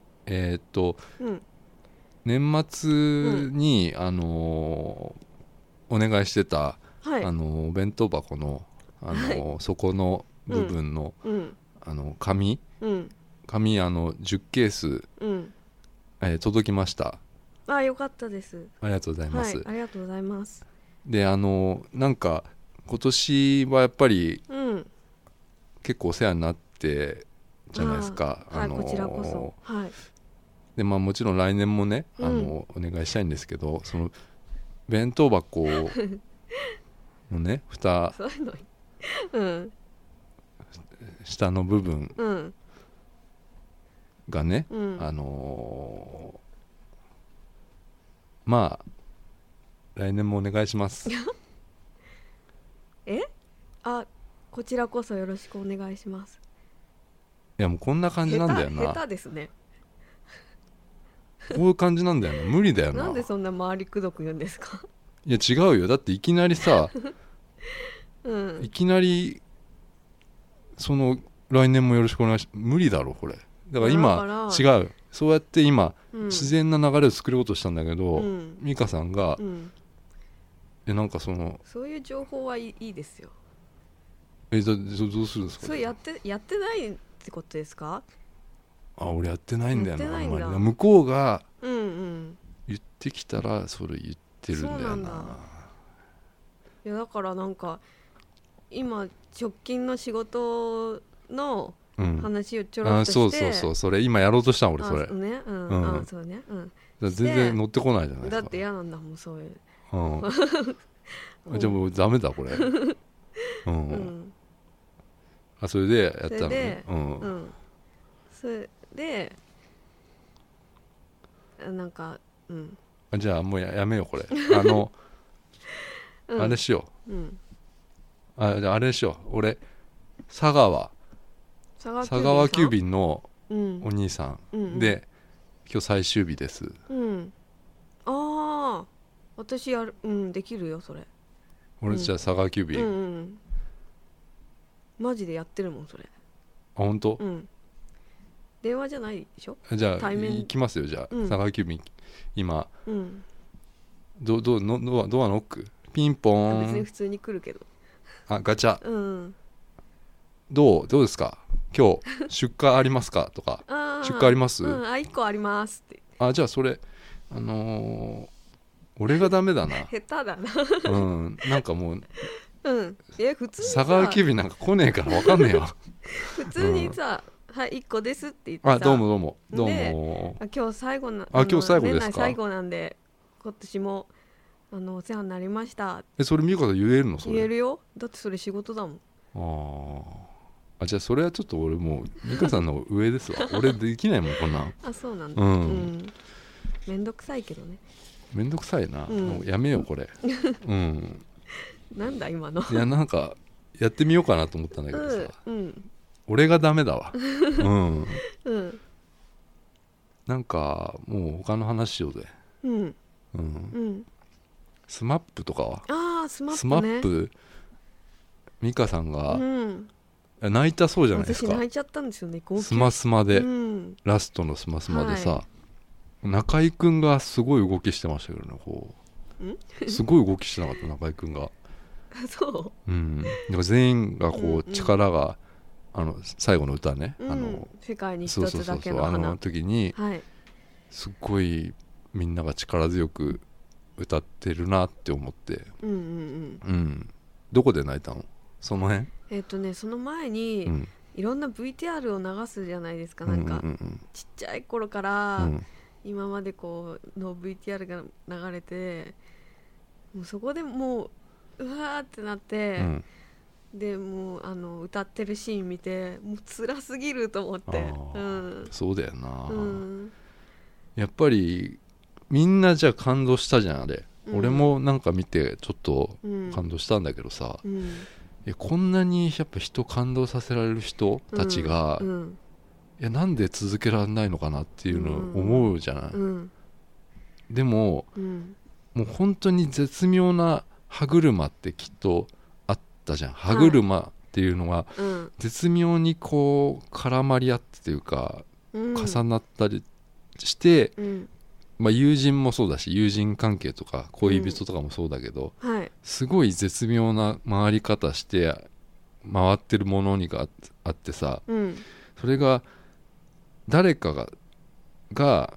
年末に、お願いしてた、はい、お弁当箱の、はい、底の部分の、紙10ケース、届きました。 あ、よかったです。 ありがとうございます。 はい、ありがとうございます。 でなんか今年はやっぱり、結構お世話になってじゃないですか。 はい、こちらこそ。はい。 でもちろん来年もね、お願いしたいんですけど、その弁当箱のね蓋そういうの、 下の部分がね、まあ来年もお願いします。 あ、こちらこそよろしくお願いします。 いやもうこんな感じなんだよな。 下手ですね。 こういう感じなんだよな。無理だよな。 なんでそんな回りくどく言うんですか。 いや違うよ。だっていきなりさ、いきなりその来年もよろしくお願いします。無理だろこれ。だから今違う。そうやって今、自然な流れを作ろうとしたんだけど、美香さんが、なんかそういう情報はいいですよ。 どうするんですか。 それやってないってことですか。 あ、俺やってないんだよな。あんまり向こうが言ってきたらそれ言ってるんだよな。そうなんだ。 いやだからなんか今直近の仕事の話をちょろっとして、 そうそれ今やろうとしたの俺それ。 ね、そうね、 全然乗ってこないじゃないですか。 だって嫌なんだもんそういう。 じゃあもうダメだこれ。あ、それでやったのね。 それでなんかじゃあもうやめようこれ。あれしよう。じゃああれしよう。俺佐川急便のお兄さんで、今日最終日です。 ああ、私できるよそれ。 俺じゃあ佐川急便、 マジでやってるもんそれ。あ、 本当？ 電話じゃないでしょ。 じゃあ行きますよ。じゃあ、佐川急便今、ドアノックピンポーン。 別に普通に来るけど。 あ、ガチャ。どうですか今日出荷ありますかとか。出荷あります？ 1個ありますって。 あ、じゃあそれ俺がダメだな。 下手だな。 なんかもう普通に佐川急便なんか来ねえから分かんねえよ。 普通にさ、はい1個ですって言ってさ、 あ、どうも今日最後な、 今日最後ですか。 年内最後なんで今年もお世話になりました。 それ美香さん言えるの？それ言えるよ。だってそれ仕事だもん。じゃあそれはちょっと俺もう美香さんの上ですわ。俺できないもんこんなん。 あ、そうなんだ。めんどくさいけどね。 めんどくさいな。もうやめようこれ。 なんだ今の。 いやなんかやってみようかなと思ったんだけどさ、俺がダメだわ。なんかもう他の話しようぜ。スマップとかは。 スマップね。 スマップ美香さんが、泣いたそうじゃないですか。 私泣いちゃったんですよね。 スマスマで、ラストのスマスマでさ、中居くんがすごい動きしてましたけどね。こうすごい動きしてなかった中居くんが。 そう。 だから全員がこう力が、最後の歌ね、 世界に一つだけの花。 時に、すっごいみんなが力強く歌ってるなって思って、 うんうんうん、 どこで泣いたのその辺？ その前に、いろんな VTR を流すじゃないですか。なんか、ちっちゃい頃から、今までこうの VTR が流れて、もうそこでもううわーってなって、でもう歌ってるシーン見てもう辛すぎると思って、 そうだよな、やっぱりみんなじゃあ感動したじゃんあれ、俺もなんか見てちょっと感動したんだけどさ、こんなにやっぱ人感動させられる人たちが、いやなんで続けられないのかなっていうのを思うじゃない、でも、もう本当に絶妙な歯車ってきっとあったじゃん。歯車っていうのが絶妙にこう絡まり合ってというか、重なったりして、友人もそうだし友人関係とか恋人とかもそうだけど、すごい絶妙な回り方して回ってるものにがあってさ、それが誰かが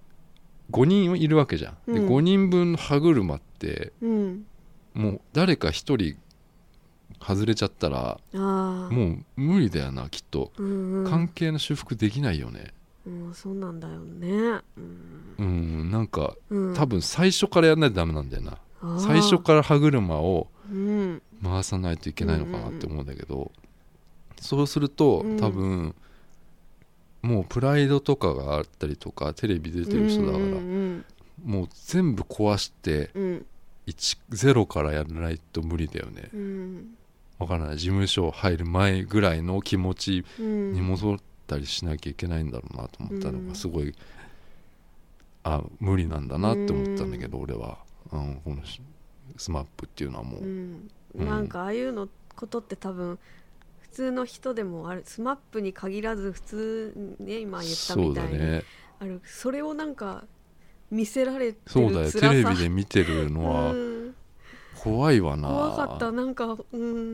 5人いるわけじゃん、で5人分の歯車って、もう誰か1人外れちゃったらもう無理だよなきっと、関係の修復できないよね。 そうなんだよね。 なんか、多分最初からやらないとダメなんだよな。最初から歯車を回さないといけないのかなって思うんだけど、そうすると多分、もうプライドとかがあったりとかテレビ出てる人だから、もう全部壊して、ゼロからやらないと無理だよね。わからない、事務所入る前ぐらいの気持ちに戻ったりしなきゃいけないんだろうなと思ったのがすごい、無理なんだなって思ったんだけど、俺は、このスマップっていうのはもう、 なんかああいうのことって多分普通の人でもある、スマップに限らず普通ね、今言ったみたいにある、それをなんか見せられてる辛さ、 そうだよ、テレビで見てるのは怖いわな。 怖かった、なんかつ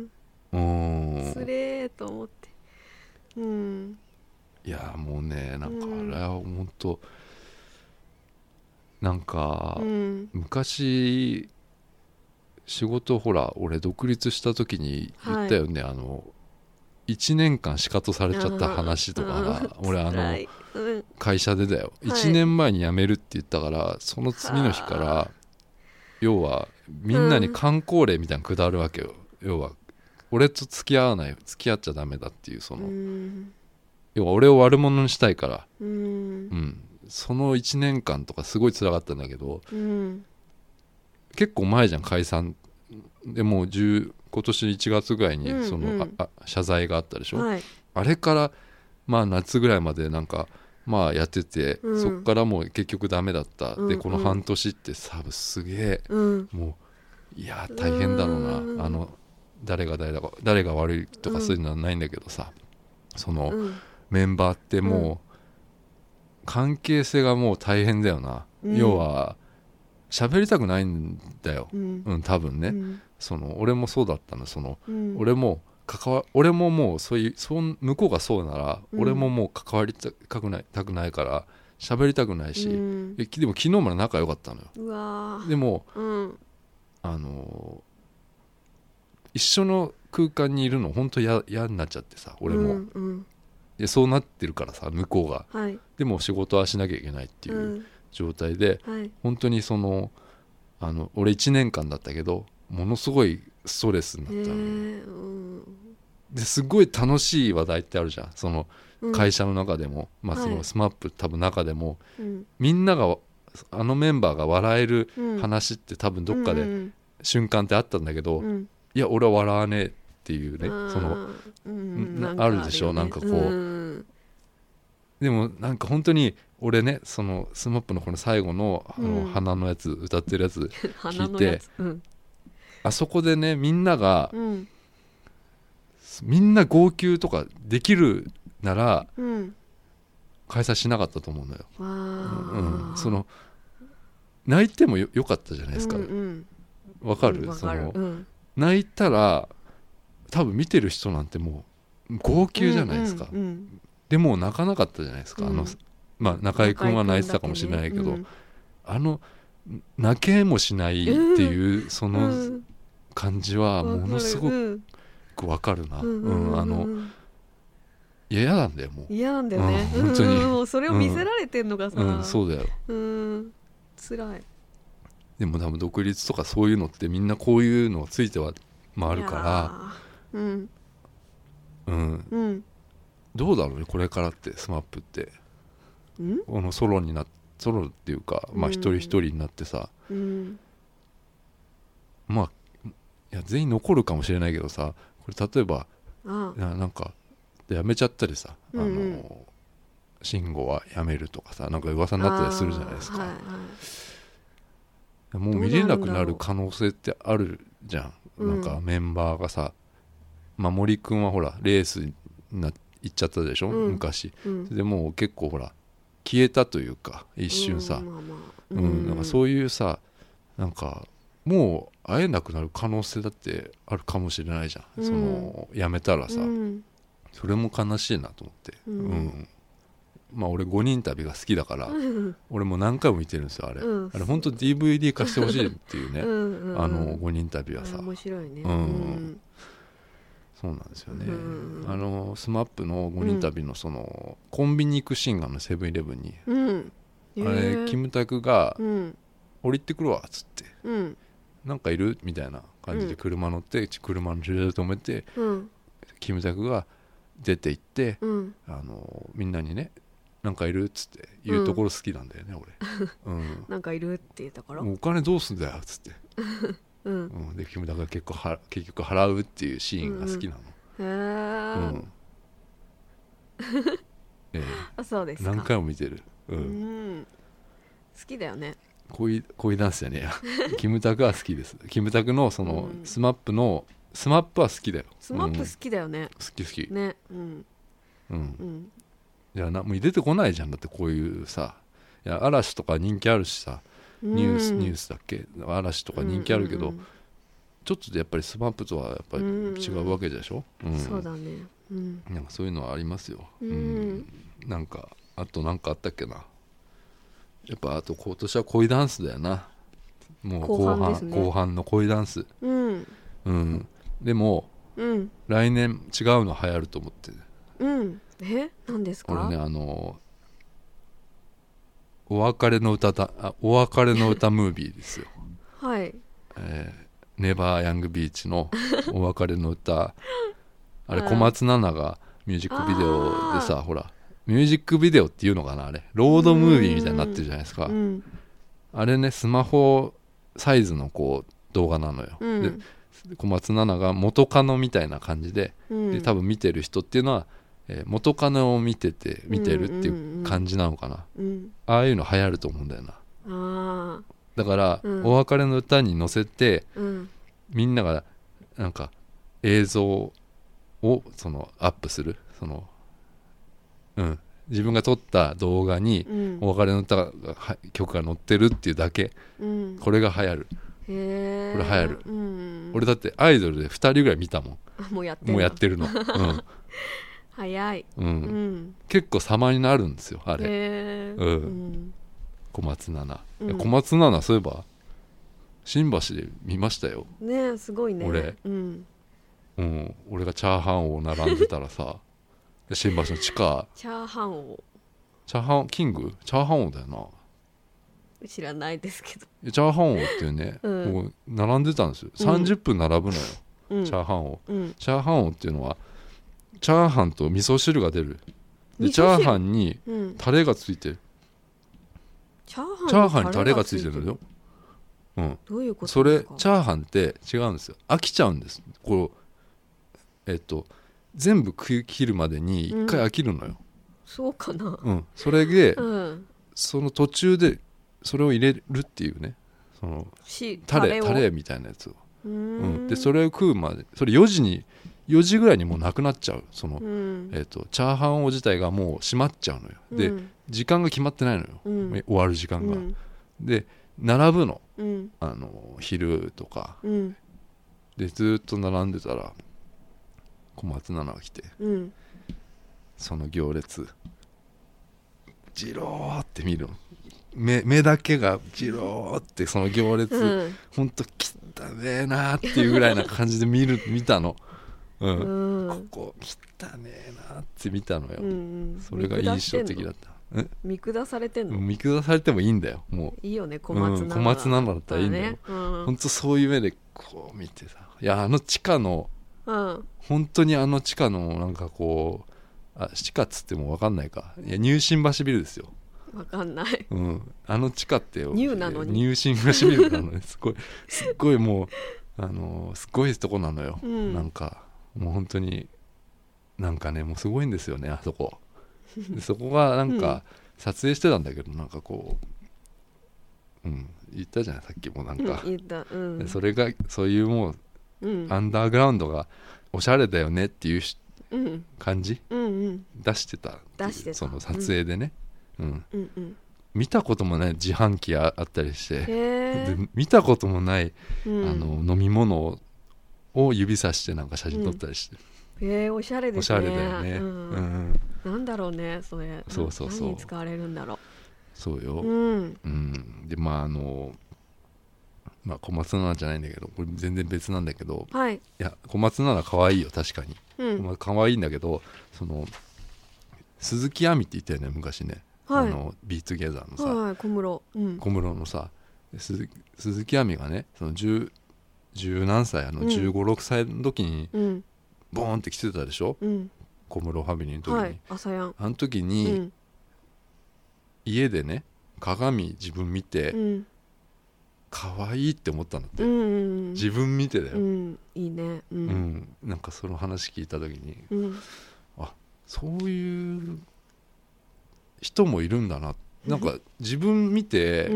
れーと思って、 いやもうね、なんかあれは本当、なんか、昔仕事、ほら俺独立した時に言ったよね、1年間シカトされちゃった話とか、俺会社でだよ、1年前に辞めるって言ったから、その次の日から要はみんなに箝口令みたいなの下るわけよ、要は俺と付き合わない、付き合っちゃダメだっていう、その要は俺を悪者にしたいから、その1年間とかすごい辛かったんだけど、結構前じゃん解散で、もう今年1月ぐらいにその、謝罪があったでしょ、あれからまあ夏ぐらいまでなんかまあやってて、そっからもう結局ダメだった、でこの半年ってさ、すげえ、もういや大変だろうな、誰が悪いとかそういうのはないんだけどさ、その、メンバーってもう、関係性がもう大変だよな、要は喋りたくないんだよ、多分ね、その俺もそうだったの、その、俺ももう向こうがそうなら、俺ももう関わりたくないから喋りたくないし、でも昨日まで仲良かったのよ。でも、一緒の空間にいるの本当嫌になっちゃってさ、俺も、でそうなってるからさ、向こうが、でも仕事はしなきゃいけないっていう状態で、本当にその俺1年間だったけどものすごいストレスになったの、ですごい楽しい話題ってあるじゃん、その会社の中でも、そのスマップ多分中でも、みんながメンバーが笑える話って多分どっかで瞬間ってあったんだけど、いや俺は笑わねえっていうね、その、あるでしょ、なんかこう、でもなんか本当に俺ね、そのスマップのこの最後の花のやつ、歌ってるやつ聞いて、あそこでね、みんなが、みんな号泣とかできるなら、開催しなかったと思うのよ。その泣いても よかったじゃないですか。わかる？その泣いたら多分見てる人なんてもう号泣じゃないですか。でも泣かなかったじゃないですか。中居君は泣いてたかもしれないけど、 泣けもしないっていうその感じはものすごくわかるな。嫌なんだよ、もう嫌なんだよね、 本当にもうそれを見せられてんのがさ、 そうだよ。 辛い。 でも多分独立とかそういうのってみんなこういうのついては回るから、どうだろうねこれからって。スマップってこのソロっていうか、まあ一人一人になってさ、まあいや全員残るかもしれないけどさ、これ例えばなんかやめちゃったりさ、慎吾はやめるとかさ、なんか噂になったりするじゃないですか。もう見れなくなる可能性ってあるじゃん。なんかメンバーがさ、森くんはほらレースに行っちゃったでしょ、昔。でもう結構ほら消えたというか一瞬さ、なんかそういうさ、なんかもう会えなくなる可能性だってあるかもしれないじゃん、その辞めたらさ、それも悲しいなと思って、まあ俺5人旅が好きだから、俺も何回も見てるんですよあれ、あれ本当 DVD 化してほしいっていうね、5人旅はさ、 面白いね、 そうなんですよね。スマップの5人旅のそのコンビニ行くシーンがのセブンイレブンに、あれキムタクが降りてくるわっつって、なんかいるみたいな感じで車乗って、車の駐車場で止めて、キムタクが出て行って、みんなにねなんかいるっつって言うところ好きなんだよね、俺。 なんかいるって言ったから、 お金どうすんだよっつって、でキムタクが結局払うっていうシーンが好きなの。 そうですか。 何回も見てる。好きだよね。 恋ダンスじゃねえやキムタクは好きです。キムタクのそのスマップは好きだよ。 スマップ好きだよね。 好きね。 じゃあもう出てこないじゃん。だってこういうさ、いや嵐とか人気あるしさ、ニュースだっけ、嵐とか人気あるけど、ちょっとやっぱりスマップとはやっぱり違うわけでしょ。 そうだね。 なんかそういうのはありますよ。なんかあとなんかあったっけな。やっぱあと今年は恋ダンスだよな。もう後半の恋ダンス。でも来年違うの流行ると思ってる。 何ですか。 これね、お別れの歌ムービーですよ。 はい。 ネバーヤングビーチのお別れの歌あれ小松菜奈がミュージックビデオでさ、ほらミュージックビデオっていうのかな、あれロードムービーみたいになってるじゃないですか。あれね、スマホサイズのこう動画なのよ。で小松菜奈が元カノみたいな感じで、で多分見てる人っていうのは、元カノを見てるっていう感じなのかな、ああいうの流行ると思うんだよな。だから、お別れの歌に乗せて、みんながなんか映像をそのアップする、その自分が撮った動画にお別れの歌が曲が載ってるっていうだけ、これが流行る。これ流行る。俺だってアイドルで2人ぐらい見たもん。もうやってるの。 早い。 結構様になるんですよあれ。小松菜奈、小松菜奈そういえば新橋で見ましたよ。 ね、すごいね。 俺がチャーハン王並んでたらさ新橋の地下チャーハン王キングチャーハン王だよな。 知らないですけど、 チャーハン王っていうね、もう並んでたんですよ。30分並ぶのよ、チャーハン王。チャーハン王っていうのはチャーハンと味噌汁が出る。でチャーハンにタレがついてる。チャーハンにタレがついてるのよ。 どういうことですか。 それチャーハンって違うんですよ。飽きちゃうんです。こう全部切るまでに1回飽きるのよ。 そうかな。 それで、その途中でそれを入れるっていうね、そのタレみたいなやつを。でそれを食うまで、それ4時ぐらいにもうなくなっちゃう。その、チャーハン王自体がもう閉まっちゃうのよ。で時間が決まってないのよ、終わる時間が。で並ぶの、昼とか、でずっと並んでたら小松菜奈が来て、その行列じろーって見るの。 目だけがジローってその行列、ほんと汚ねえなっていうぐらいな感じで見たの、ここ汚ねえなって見たのよ、それが印象的だった。 見下されてんの？ 見下されてもいいんだよ、もういいよね、小松菜、 小松菜だったらいいんだよ、ほんとそういう目でこう見てさ、いや地下の、本当に地下のなんかこう、地下っつっても分かんないか、いや入信橋ビルですよ、 分かんない、 地下って入なのに入信橋ビルなのにすっごいもうすごいとこなのよ、なんかもう本当になんかね、もうすごいんですよね、あそこそこがなんか撮影してたんだけど、なんかこう、言ったじゃないさっきもなんか、 言った、 それがそういうもう、アンダーグラウンドがおしゃれだよねっていう感じ、出してたその撮影でね、見たこともない自販機あったりして、で見たこともない、飲み物を指さしてなんか写真撮ったりして、 おしゃれですね。 おしゃれだよね、 なんだろうね、それ。 そう何に使われるんだろう。 そうよ、で小松菜じゃないんだけど、これ全然別なんだけど、いや小松菜可愛いよ確かに、可愛いんだけど、その鈴木亜美って言ったよね昔ね、ビートギャザーのさ、小室のさ、鈴木亜美がね、その十何歳、15、6歳の時にボーンって来てたでしょ、小室ファミリーの時に、あの時に、家でね鏡自分見て、可愛いって思ったんだって、自分見てだよ、 いいね、 なんかその話聞いた時に、そういう人もいるんだな、なんか自分見て、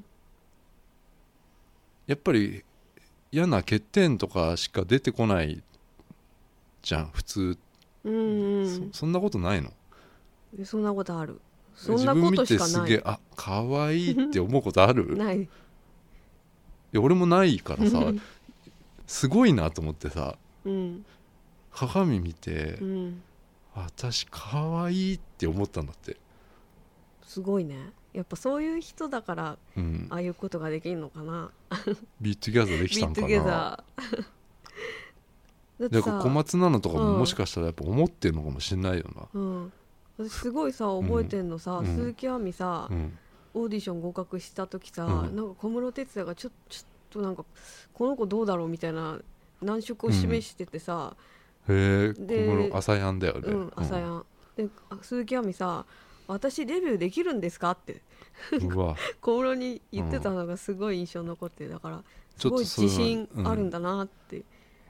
やっぱり嫌な欠点とかしか出てこないじゃん普通、そんなことないの？ そんなことある。そんなことしかない。 自分見てすげえ可愛いって思うことある？ ない。いや俺もないからさすごいなと思ってさ、鏡見て、私可愛いって思ったんだって。 すごいね。やっぱそういう人だから、ああいうことができるのかな。 ビートギャザーできたんかな。 ビートギャザーだから小松菜奈とかももしかしたらやっぱ思ってるのかもしれないよな、 私すごいさ覚えてんのさ、鈴木亜美さ、オーディション合格した時さ、なんか小室哲哉がちょっとなんかこの子どうだろうみたいな難色を示しててさ、 へえ、小室朝やんだよね、 朝やんで、鈴木亜美さ、私デビューできるんですかって小室に言ってたのがすごい印象に残って、だからすごい自信あるんだなって、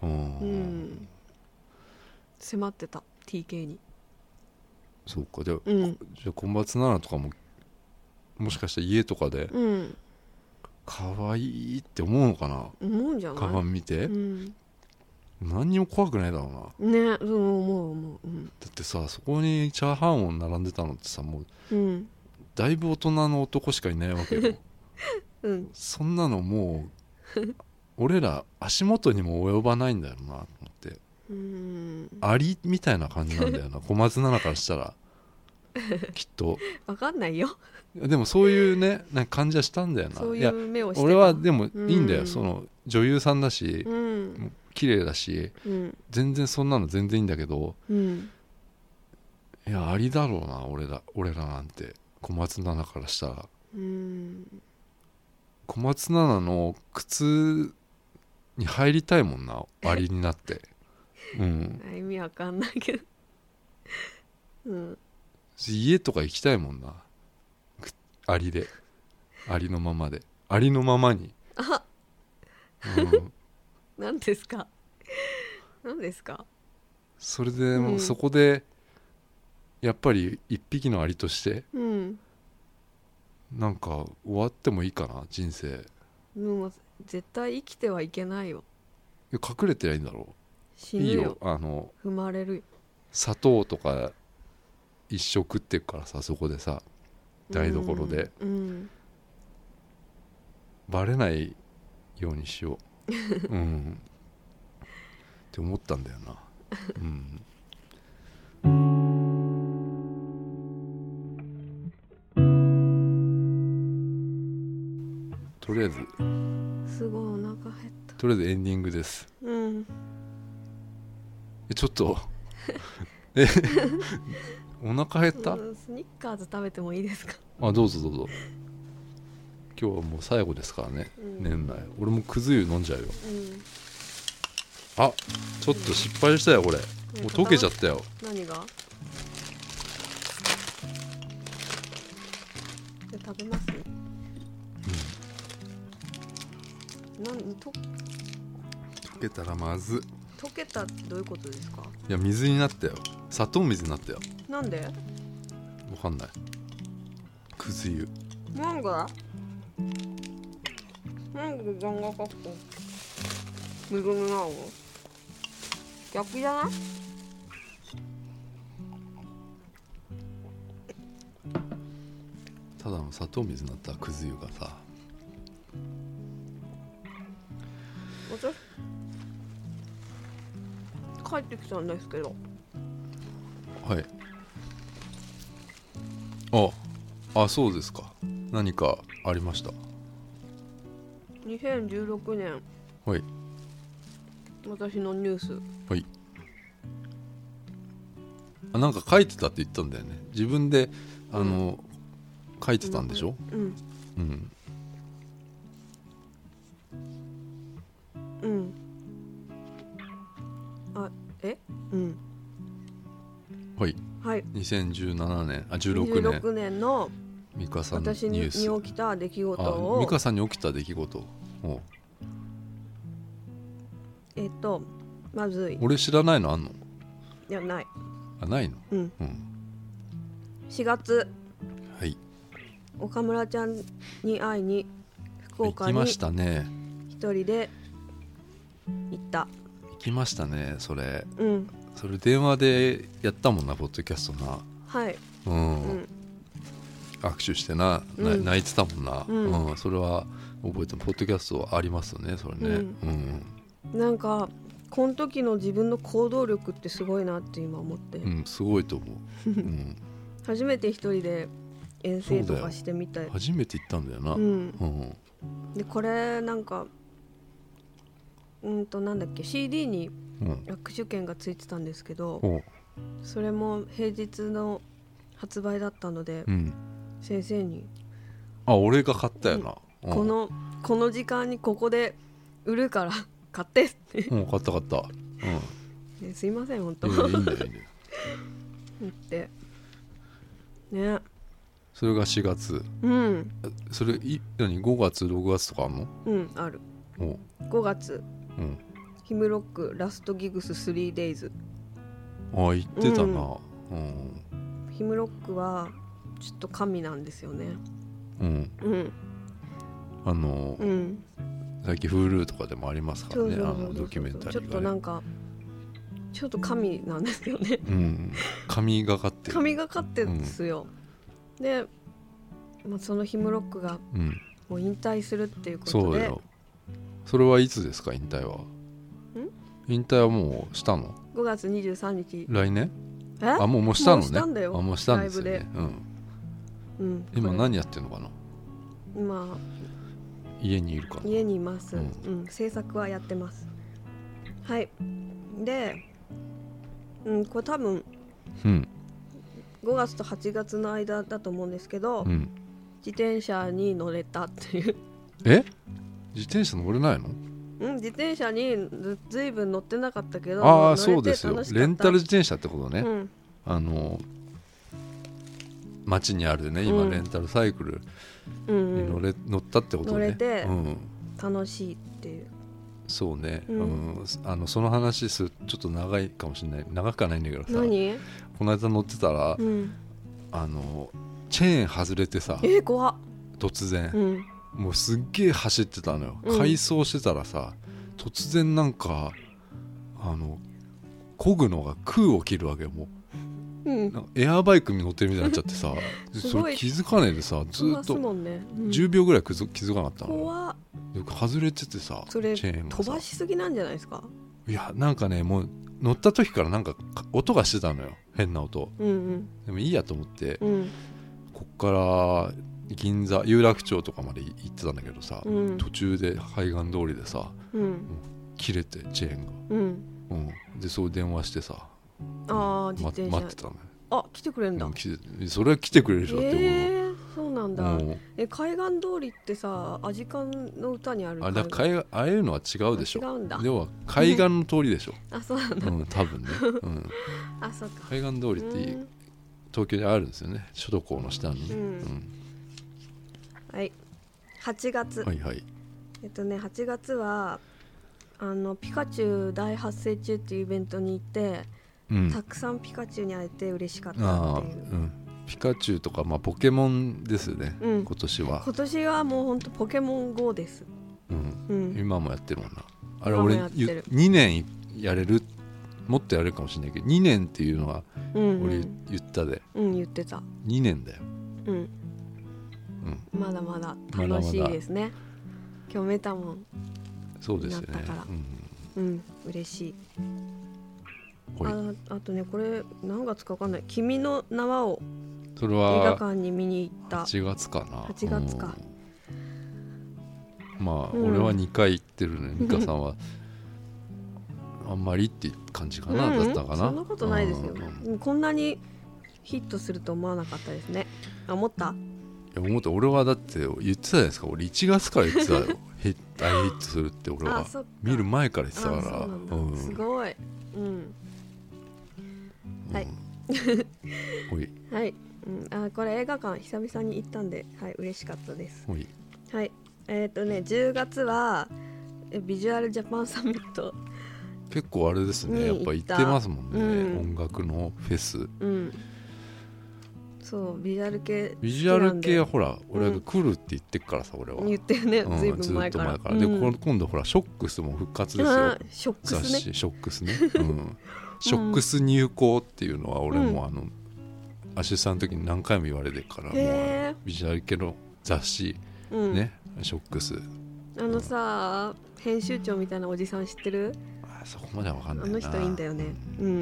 迫ってた TK に。 そうか、じゃあ小松菜奈とかももしかしたら家とかで可愛いって思うのかな、 思うんじゃない？ 鏡見て、何にも怖くないだろうな。 ね、思う、 だってさ、そこにチャーハンを並んでたのってさ、もう、だいぶ大人の男しかいないわけよ、そんなのもう俺ら足元にも及ばないんだよなと思って、アリみたいな感じなんだよな小松菜奈からしたらきっと分かんないよ。 でもそういうね、なんか感じはしたんだよな。 そういう目をしてた。 俺はでもいいんだよ、その女優さんだし、綺麗だし、全然そんなの全然いいんだけど、いやありだろうな、俺らなんて小松菜奈からしたら、小松菜奈の靴に入りたいもんな、アリになって意味わかんないけど家とか行きたいもんな、アリのままで、アリのままに。 何ですかそれでもうそこでやっぱり一匹のアリとして、なんか終わってもいいかな、人生。 もう絶対生きてはいけないよ。 隠れてりゃいいんだろう。 死ぬよ。 いいよ、 踏まれるよ。 砂糖とか一生食ってっからさ、そこでさ台所で、バレないようにしようって思ったんだよな。 とりあえずすごいお腹減った。 とりあえずエンディングです。 うん。 ちょっとお腹減った、 スニッカーズ食べてもいいですか？ あ、どうぞどうぞ。今日はもう最後ですからね、年内。俺もくず湯飲んじゃうよ。あ、ちょっと失敗したよこれ。もう溶けちゃったよ。 何が？食べます？溶けたらまず。 溶けたってどういうことですか？ いや、水になったよ。砂糖水になったよ。 なんで？ わかんない。くず湯。 なんかガンガかって水になるの？逆じゃない？ ただの砂糖水になったくず湯がさ。 帰ってきたんですけど。 はい。あ、そうですか。何かありました ？2016年。 はい。 私のニュース。 はい。なんか書いてたって言ったんだよね。自分で書いてたんでしょ？ うんうん。 はい。 はい。 2017年16 年のミカさんのニュース。 私に起きた出来事を。 ミカさんに起きた出来事。 まず俺知らないのあんの？ いや、ない。 ないの？ 4月、 はい、 岡村ちゃんに会いに福岡に行きましたね。 一人で行った。 行きましたね。それ、 それ電話でやったもんな、ポッドキャストな。 はい。 握手してな、泣いてたもんな。それは覚えても、ポッドキャストありますよね、それね。 なんかこの時の自分の行動力ってすごいなって今思って。 すごいと思う。 初めて一人で遠征とかしてみたい。 初めて行ったんだよな。 でこれなんかなんだっけ、 CD に握手券がついてたんですけど、それも平日の発売だったので、先生に俺が買ったよな。 この時間にここで売るから買ってって買った、 すいません本当。 いいんだよいいんだよ言ってね。 それが4月。それ何、5月6月とかあんの？ ある。5月、ヒムロックラストギグス 3days。 言ってたな。 ヒムロックはちょっと神なんですよね。 最近 Hulu とかでもありますからね、ドキュメンタリーが、ね、 ちょっとなんかちょっと神なんですよね。 神がかってるんですよ。で、そのヒムロックがもう引退するっていうことで。 そうだよ。それはいつですか、引退は？引退はもうしたの ？5月23日。 来年？もうしたのね。 もうしたんだよ。 もうしたんですよね。今何やってんのかな？ 今家にいるかな？ 家にいます。制作はやってます。はい。で、これ多分、5月と8月の間だと思うんですけど、自転車に乗れたっていう。 自転車乗れないの？ 自転車にずいぶん乗ってなかったけど、 そうですよ。レンタル自転車ってことね。街にあるね、今レンタルサイクルに乗ったってことね。 乗れて楽しいっていう。 そうね。その話ちょっと長いかもしれない。長くはないんだけどさ。 何？ この間乗ってたら、チェーン外れてさ、 怖っ。 突然、もうすっげえ走ってたのよ。回走してたらさ、突然なんか漕ぐのが空を切るわけよ。もうなんかエアバイクに乗ってるみたいになっちゃってさそれ気づかないでさ、ずっと10秒ぐらい気づかなかったの。 怖っ。 外れててさ、 それチェーンが飛ばしすぎなんじゃないですか？ いや、なんかね、もう乗った時からなんか音がしてたのよ、変な音。でもいいやと思って、こっから銀座有楽町とかまで行ってたんだけどさ、途中で海岸通りでさ、切れてチェーンが、でそう電話してさ、 自転車待ってたのよ。 来てくれるんだ、 それは来てくれるでしょってそうなんだ。海岸通りってさ、アジカンの歌にあるああいうのは違うでしょ。 違うんだ。 要は海岸の通りでしょ。 そうなんだ、 多分ね、 そうか。 海岸通りって東京にあるんですよね、首都高の下に、 はい。8月、8月はピカチュウ大発生中っていうイベントに行って、たくさんピカチュウに会えて嬉しかったっていう。 ピカチュウとか、ポケモンですね、今年はもうほんとポケモン GO です。 今もやってるもんな。あれ俺2年やれる、もっとやれるかもしれないけど、2年っていうのは俺言ったで、 言ってた。 2年だよ。 まだまだ楽しいですね。今日メタモンそうですよね。 嬉しい。あとね、これ何月か分かんない、君の名はをそれは映画館に見に行った。 8月かな。 8月か。 俺は2回行ってるね。美香さんはあんまりって感じかな、だったかな。 そんなことないですよ。こんなにヒットすると思わなかったですね。思った？ いや思った。俺はだって言ってたじゃないですか。俺1月から言ってたよ。大ヒットするって俺は見る前から言ってたから。 すごい。はい。はい。これ映画館久々に行ったんで、嬉しかったです。はい。10月はビジュアルジャパンサミット。 結構あれですね。やっぱ行ってますもんね。音楽のフェス。 そうビジュアル系。 ビジュアル系はほら、俺が来るって言ってっからさ、俺は。 言ってるね。ずいぶん前から。 で今度ほらショックスも復活ですよ。 ショックスね。 雑誌ショックスね。ショックス入稿っていうのは俺もアシスタントの時に何回も言われてるから、もうビジュアル系の雑誌ね、ショックス。 さ、編集長みたいなおじさん知ってる？ そこまでは分かんないな。 人いいんだよね。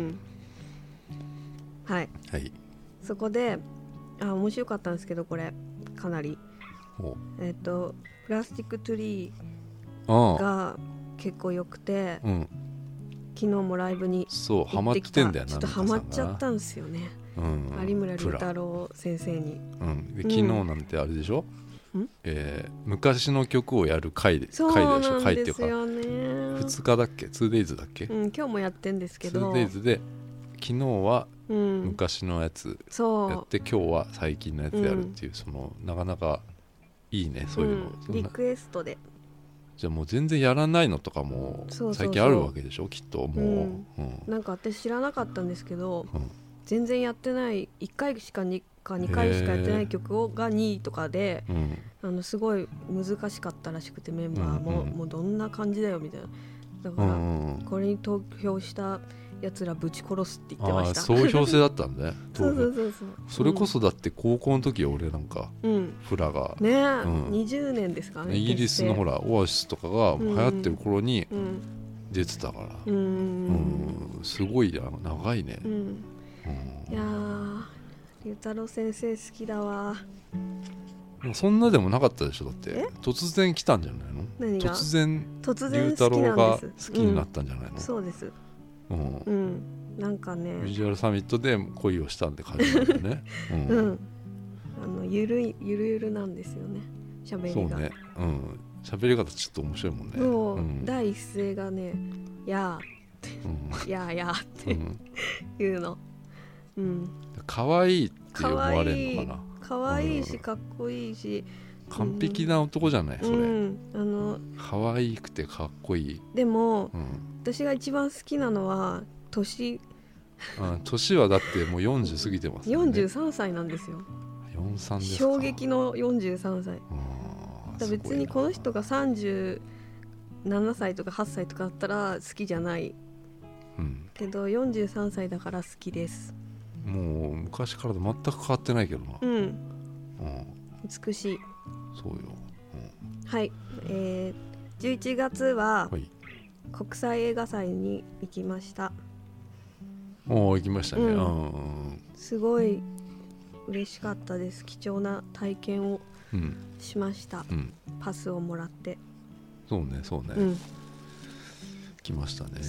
はい。そこで面白かったんですけど、これかなりプラスチックトゥリーが結構良くて、昨日もライブに行ってきた。ちょっとハマっちゃったんですよね。有村龍太郎先生に。 で昨日なんてあれでしょ、昔の曲をやる回でしょ。回っていうか2日だっけ 2days だっけ、 今日もやってんですけど、 2days で昨日は昔のやつやって、今日は最近のやつやるっていう、そのなかなかいいね、そういうの。 リクエストで。 じゃあもう全然やらないのとかも最近あるわけでしょ、きっと。もうなんか私知らなかったんですけど、全然やってない1回しか2回しかやってない曲が2位とかで、すごい難しかったらしくて、メンバーももうどんな感じだよみたいな。だからこれに投票したやつらぶち殺すって言ってました。 総評制だったんだね。 そうそれこそだって高校の時俺なんかフラがね、20年ですかね。 イギリスのほらオアシスとかが流行ってる頃に出てたから、すごい長いね。 いやー、龍太郎先生好きだわ。 そんなでもなかったでしょ。だって突然来たんじゃないの？ 何が？ 突然龍太郎が好きになったんじゃないの？ そうです。なんかね、 ビジュアルサミットで恋をしたんで感じなんだね。 ゆるなんですよね、喋りが。 そうね。喋り方ちょっと面白いもんね。 第一声がね、やーって、やーっていうの。 可愛いって思われるのかな。 可愛いしかっこいいし、 完璧な男じゃない、それ。可愛くてかっこいい。 でも私が一番好きなのは年はだってもう40過ぎてますよね。 43歳なんですよ。 43ですか。 衝撃の43歳。別にこの人が37歳とか8歳とかだったら好きじゃない、けど43歳だから好きです。 もう昔から全く変わってないけどな。 美しい。 そうよ。 はい、11月は国際映画祭に行きました。 行きましたね。 すごい嬉しかったです。貴重な体験をしました、パスをもらって。 そうね、来ましたね。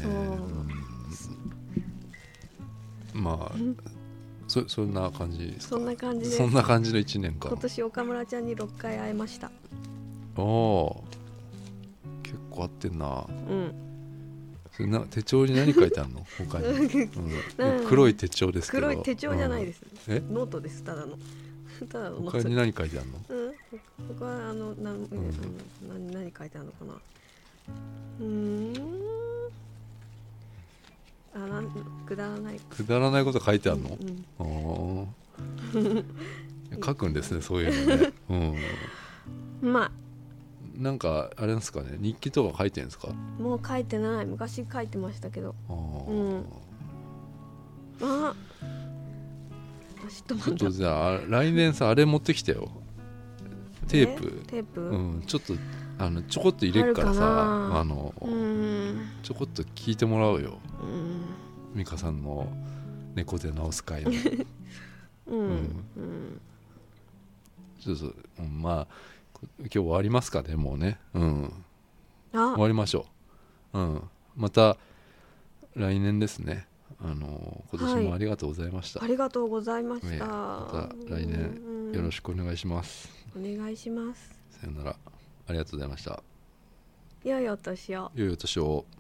まあ、そんな感じですか。そんな感じです。そんな感じの1年間。 今年岡村ちゃんに6回会えました。 おー、結構合ってんな。それ手帳に何書いてあるの他に、黒い手帳ですけど。 黒い手帳じゃないです、ノートです。ただの他に何書いてあるの？ 他は何書いてあるのかな。くだらないこと書いてあるの？書くんですね、そういうのね。 まあなんかあれですかね、日記とか書いてるんですか？ もう書いてない。昔書いてましたけど。 ちょっとじゃあ来年さ、あれ持ってきてよ。テープ、ちょっとちょこっと入れるからさ、ちょこっと聞いてもらおうよ。美香さんの猫で直す会を。ちょっとまあ今日終わりますかね、もうね。終わりましょう。また来年ですね。今年もありがとうございました。 ありがとうございました。 また来年よろしくお願いします。 お願いします。 さよなら。ありがとうございました。 良いお年を。 良いお年を。